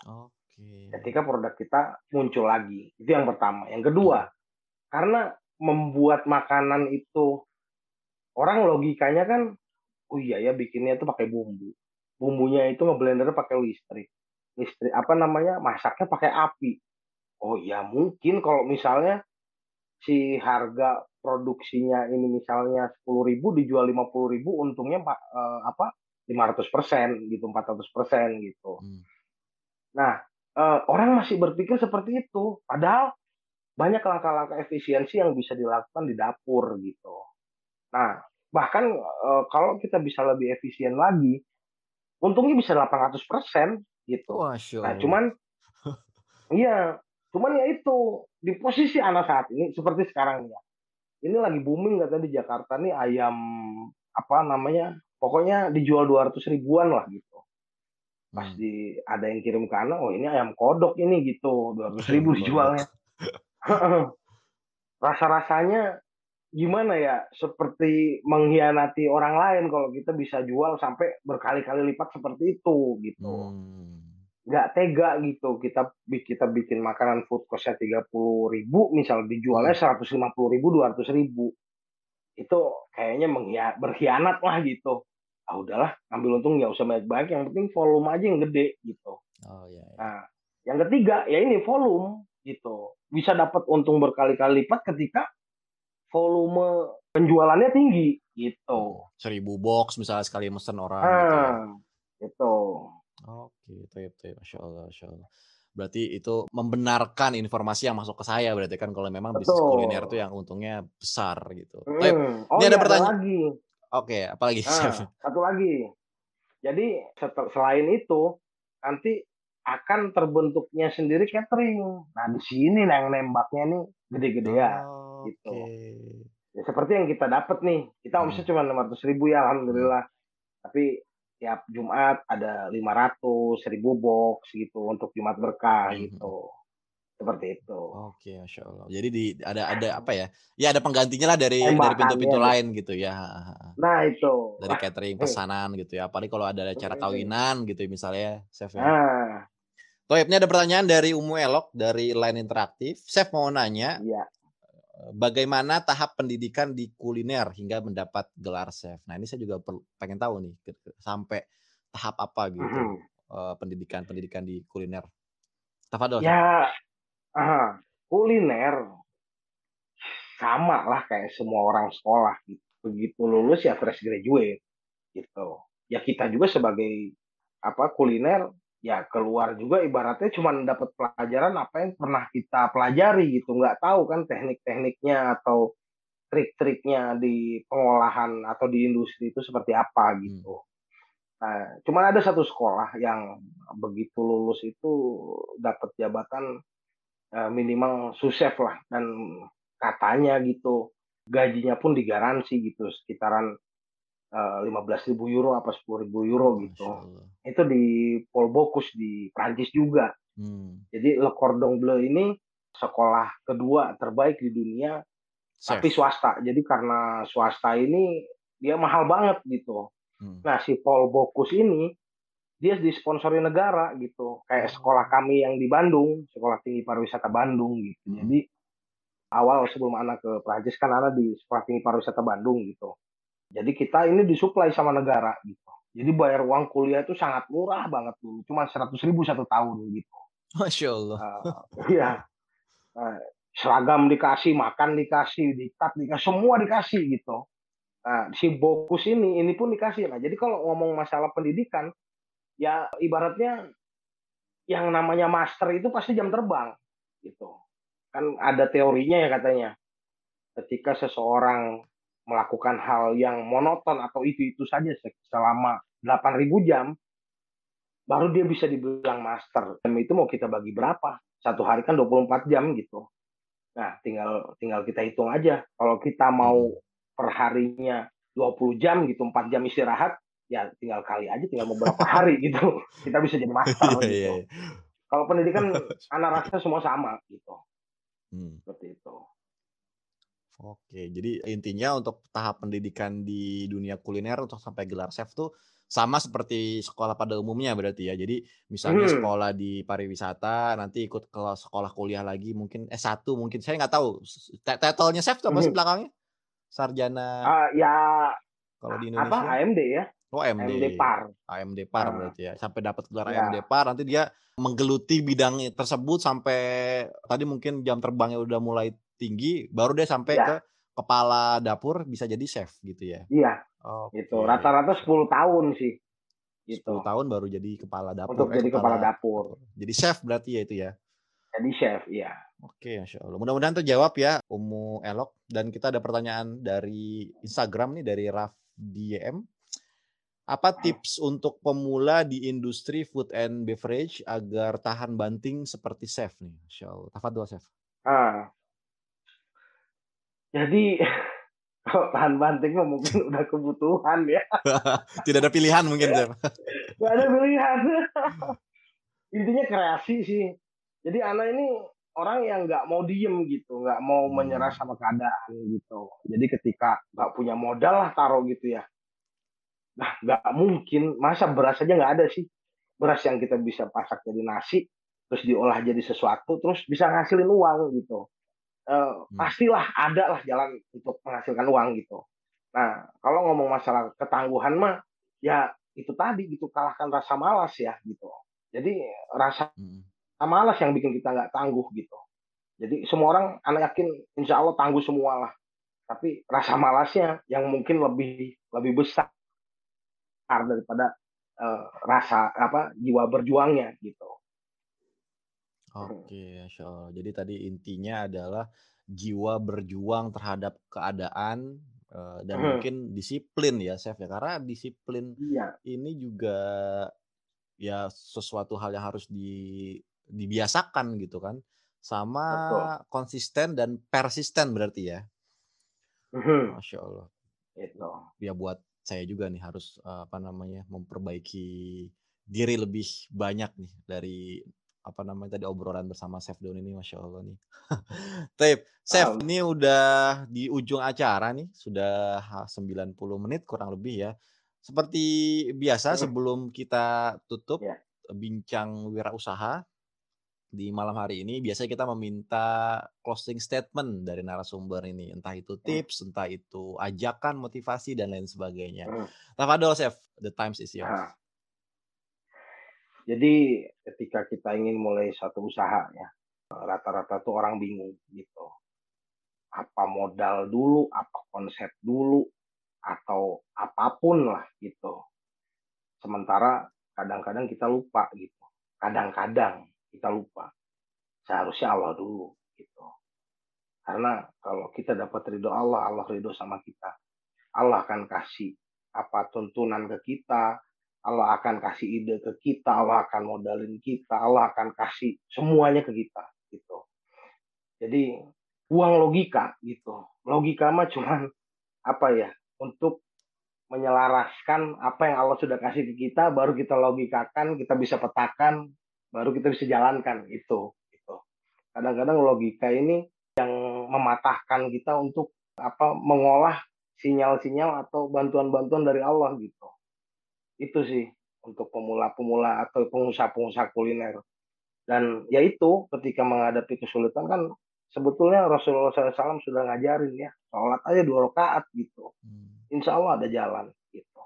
Ketika produk kita muncul lagi. Itu yang pertama. Yang kedua, karena membuat makanan itu orang logikanya kan, oh iya ya bikinnya itu pakai bumbu. Bumbunya itu ngeblendernya pakai listrik. Listrik apa namanya? Masaknya pakai api. Oh ya mungkin kalau misalnya si harga produksinya ini misalnya 10.000 dijual 50.000, untungnya 500% gitu, 400% gitu. Nah, orang masih berpikir seperti itu, padahal banyak langkah-langkah efisiensi yang bisa dilakukan di dapur gitu. Nah, bahkan kalau kita bisa lebih efisien lagi, untungnya bisa 800% gitu. Nah, cuman ya itu di posisi anak saat ini seperti sekarang ya. Ini lagi booming katanya di Jakarta nih ayam apa namanya? Pokoknya dijual 200 ribuan lah gitu. Pas ada yang kirim ke anak, oh ini ayam kodok ini gitu, 200 ribu dijualnya. Rasa-rasanya gimana ya? Seperti mengkhianati orang lain kalau kita bisa jual sampai berkali-kali lipat seperti itu gitu. Nggak tega gitu. Kita bikin makanan food cost-nya 30.000, misal dijualnya 150.000, 200.000. Itu kayaknya berkhianat lah gitu. Ah udahlah, ambil untung nggak usah banyak-banyak, yang penting volume aja yang gede gitu. Nah, yang ketiga ya ini volume gitu. Bisa dapat untung berkali-kali lipat ketika volume penjualannya tinggi gitu. 1.000 box misalnya sekali mesen orang gitu ya. Gitu. Oke, itu ya. Masya Allah. Berarti itu membenarkan informasi yang masuk ke saya berarti kan kalau memang bisnis kuliner itu yang untungnya besar gitu. Ini ada pertanyaan lagi. Oke, apalagi? Satu lagi. Jadi selain itu nanti akan terbentuknya sendiri catering. Nah di sini yang nembaknya nih gede-gedean gitu. Ya, seperti yang kita dapat nih, kita omset cuma 500.000 ya alhamdulillah. Tapi tiap Jumat ada 500.000 box gitu untuk Jumat berkah gitu. Seperti itu. Oke, Masya Allah. Jadi ada apa ya? Ya ada penggantinya lah dari pintu-pintu lain gitu ya. Nah itu. Dari catering pesanan gitu ya. Apalagi kalau ada acara kawinan gitu misalnya, Chef ya. Toib, ini ada pertanyaan dari Umu Elok dari Line Interaktif. Chef mau nanya, bagaimana tahap pendidikan di kuliner hingga mendapat gelar chef? Nah ini saya juga pengen tahu nih, sampai tahap apa gitu pendidikan di kuliner. Tafadol. Ya, kuliner sama lah kayak semua orang sekolah gitu. Begitu lulus ya fresh graduate gitu. Ya kita juga sebagai kuliner ya keluar juga ibaratnya cuma dapat pelajaran apa yang pernah kita pelajari gitu, nggak tahu kan teknik-tekniknya atau trik-triknya di pengolahan atau di industri itu seperti apa gitu. Nah, cuma ada satu sekolah yang begitu lulus itu dapat jabatan minimal sous-chef lah, dan katanya gitu gajinya pun digaransi gitu sekitaran 15.000 euro apa 10.000 euro gitu. Itu di Paul Bocuse di Prancis juga. Jadi Le Cordon Bleu ini sekolah kedua terbaik di dunia, tapi swasta. Jadi karena swasta ini dia mahal banget gitu. Nah si Paul Bocuse ini dia disponsori negara gitu. Kayak sekolah kami yang di Bandung, Sekolah Tinggi Pariwisata Bandung gitu. Jadi awal sebelum anak ke Prancis kan anak di Sekolah Tinggi Pariwisata Bandung gitu. Jadi kita ini disuplai sama negara gitu. Jadi bayar uang kuliah itu sangat murah banget dulu. Cuma 100.000 1 tahun gitu. Masya Allah. Iya. Seragam dikasih, makan dikasih, dikat dikasih, semua dikasih gitu. Nah, si Bocuse ini pun dikasih. Nah, jadi kalau ngomong masalah pendidikan, ya ibaratnya yang namanya master itu pasti jam terbang gitu. Kan ada teorinya ya katanya. Ketika seseorang melakukan hal yang monoton atau itu saja selama 8.000 jam, baru dia bisa dibilang master. Jam itu mau kita bagi berapa? Satu hari kan 24 jam gitu. Nah, tinggal kita hitung aja. Kalau kita mau perharinya 20 jam gitu, 4 jam istirahat, ya tinggal kali aja, tinggal beberapa hari gitu. Kita bisa jadi master gitu. Kalau pendidikan anak rasa semua sama gitu. Seperti itu. Oke, jadi intinya untuk tahap pendidikan di dunia kuliner untuk sampai gelar chef tuh Sama seperti sekolah pada umumnya berarti ya. Jadi misalnya sekolah di pariwisata, nanti ikut ke sekolah kuliah lagi mungkin S1 mungkin, saya nggak tahu. Title-nya Chef itu apa sih belakangnya? Sarjana Ya kalau di apa Indonesia? AMD ya, Oh AMD. AMD PAR. AMD PAR berarti ya. Sampai dapat gelar AMD Ya, PAR, nanti dia menggeluti bidang tersebut sampai tadi mungkin jam terbangnya udah mulai tinggi, baru dia sampai ke ya, kepala dapur bisa jadi chef gitu ya. iya, gitu. Oke. Rata-rata 10 tahun sih, 10 gitu. tahun baru jadi kepala dapur. Untuk jadi kepala dapur. Jadi chef berarti ya itu ya. Jadi chef, iya. Oke, Masya Allah. Mudah-mudahan terjawab ya, Ummu Elok. Dan kita ada pertanyaan dari Instagram nih, dari Raf DM. Apa tips untuk pemula di industri food and beverage agar tahan banting seperti chef nih? Masya Allah. Tafadhol, chef. Jadi kalau tahan banting mah mungkin udah kebutuhan ya. Tidak ada pilihan mungkin, chef. Gak ada pilihan. Intinya kreasi sih. Jadi anak ini orang yang nggak mau diem gitu, nggak mau menyerah sama keadaan gitu. Jadi ketika nggak punya modal lah taruh gitu ya. Nah nggak mungkin, masa beras aja nggak ada sih. Beras yang kita bisa masak jadi nasi, terus diolah jadi sesuatu, terus bisa ngasilin uang gitu. Pastilah ada lah jalan untuk menghasilkan uang gitu. Nah kalau ngomong masalah ketangguhan mah, ya itu tadi gitu, kalahkan rasa malas ya gitu. Jadi rasa malas yang bikin kita nggak tangguh gitu. Jadi semua orang, anak yakin insya Allah tangguh semua lah. Tapi rasa malasnya yang mungkin lebih besar daripada rasa jiwa berjuangnya gitu. Oke, Masya Allah. Jadi tadi intinya adalah jiwa berjuang terhadap keadaan dan mungkin disiplin ya, chef ya. Karena disiplin ini juga ya sesuatu hal yang harus dibiasakan gitu kan. Sama konsisten dan persisten berarti ya. Masya Allah. Itu. Ya buat saya juga nih harus memperbaiki diri lebih banyak nih dari tadi obrolan bersama Chef Doni ini, Masya Allah nih. Chef, ini udah di ujung acara nih, sudah 90 menit kurang lebih ya. Seperti biasa sebelum kita tutup bincang wirausaha di malam hari ini, biasanya kita meminta closing statement dari narasumber ini. Entah itu tips, entah itu ajakan, motivasi, dan lain sebagainya. Tafadhol, Chef. The time is yours. Jadi ketika kita ingin mulai suatu usaha ya, rata-rata tuh orang bingung gitu. Apa modal dulu, apa konsep dulu, atau apapun lah gitu. Sementara kadang-kadang kita lupa gitu. Kadang-kadang kita lupa. Seharusnya Allah dulu gitu. Karena kalau kita dapat ridho Allah, Allah ridho sama kita. Allah akan kasih apa tuntunan ke kita, Allah akan kasih ide ke kita, Allah akan modalin kita, Allah akan kasih semuanya ke kita gitu. Jadi uang logika gitu. Logika mah cuman untuk menyelaraskan apa yang Allah sudah kasih ke kita, baru kita logikakan, kita bisa petakan, baru kita bisa jalankan itu gitu. Kadang-kadang logika ini yang mematahkan kita untuk mengolah sinyal-sinyal atau bantuan-bantuan dari Allah gitu. Itu sih untuk pemula-pemula atau pengusaha-pengusaha kuliner. Dan ya itu ketika menghadapi kesulitan kan sebetulnya Rasulullah SAW sudah ngajarin ya, sholat aja 2 rakaat gitu. Insya Allah ada jalan gitu.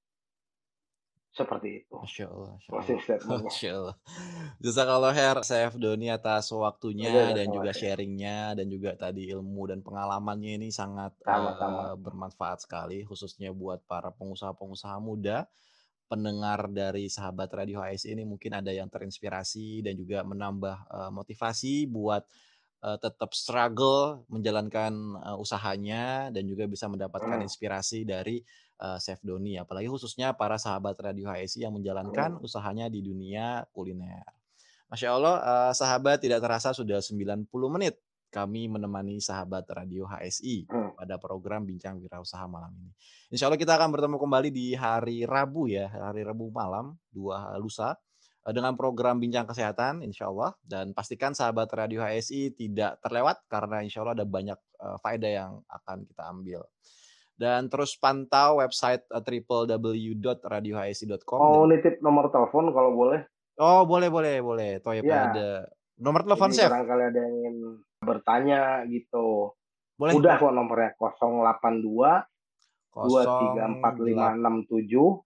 Seperti itu. Masya Allah. Masya Allah. Jazakallah khair Chef Doni atas waktunya dan juga sharingnya dan juga tadi ilmu dan pengalamannya ini sangat bermanfaat sekali khususnya buat para pengusaha-pengusaha muda. Pendengar dari sahabat Radio HSI ini mungkin ada yang terinspirasi dan juga menambah motivasi buat tetap struggle menjalankan usahanya dan juga bisa mendapatkan inspirasi dari Chef Doni, apalagi khususnya para sahabat Radio HSI yang menjalankan usahanya di dunia kuliner. Masya Allah, sahabat, tidak terasa sudah 90 menit kami menemani sahabat Radio HSI pada program Bincang Wirausaha malam ini. Insya Allah kita akan bertemu kembali di hari Rabu ya, hari Rabu malam, lusa, dengan program Bincang Kesehatan insya Allah. Dan pastikan sahabat Radio HSI tidak terlewat karena insya Allah ada banyak faedah yang akan kita ambil. Dan terus pantau website www.radiohsi.com. Mau nitip nomor telepon kalau boleh? Oh, boleh. Toyib Ya, ada nomor telepon, ini Chef? barangkali ada yang ingin bertanya gitu. Boleh. Udah kok nomornya 082 2345667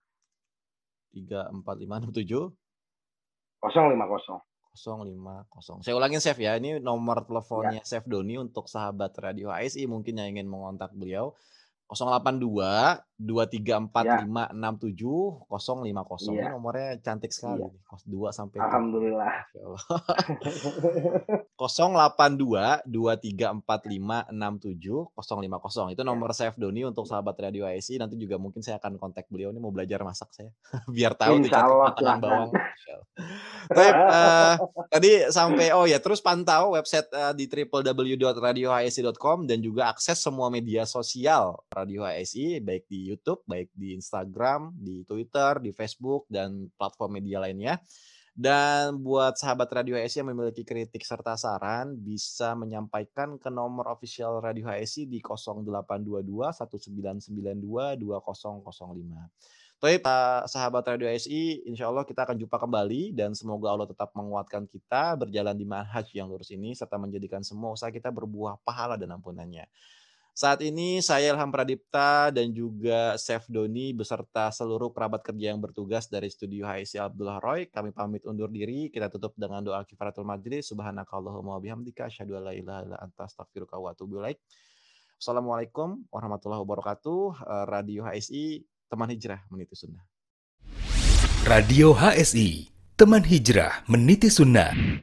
34567 050. 050. Saya ulangin, Chef ya. Ini nomor teleponnya Chef Doni untuk sahabat Radio HSI mungkin yang ingin mengontak beliau. 082 234567050. Ini nomornya cantik sekali. 2 sampai 7. Alhamdulillah. Masya Allah. 082 234567050. Itu nomor Chef Doni untuk sahabat Radio HSI. Nanti juga mungkin saya akan kontak beliau. Ini mau belajar masak saya. Biar tahu Insya Allah, kematangan bawang. Tapi tadi sampai terus pantau website di www.radiohsi.com dan juga akses semua media sosial Radio HSI, baik di YouTube, baik di Instagram, di Twitter, di Facebook, dan platform media lainnya. Dan buat sahabat Radio HSI yang memiliki kritik serta saran, bisa menyampaikan ke nomor official Radio HSI di 0822 1992 2005. Baik, sahabat Radio HSI, insya Allah kita akan jumpa kembali dan semoga Allah tetap menguatkan kita berjalan di manhaj yang lurus ini serta menjadikan semua usaha kita berbuah pahala dan ampunannya. Saat ini saya Ilham Pradipta dan juga Chef Doni beserta seluruh kerabat kerja yang bertugas dari studio HSI Abdullah Roy, kami pamit undur diri. Kita tutup dengan doa kifaratul majlis. Subhanakallahumma wabihamdika asyhadu an la ilaha illa anta astaghfiruka wa atubu ilaik. Assalamualaikum warahmatullahi wabarakatuh. Radio HSI, teman hijrah meniti sunnah. Radio HSI, teman hijrah meniti sunnah.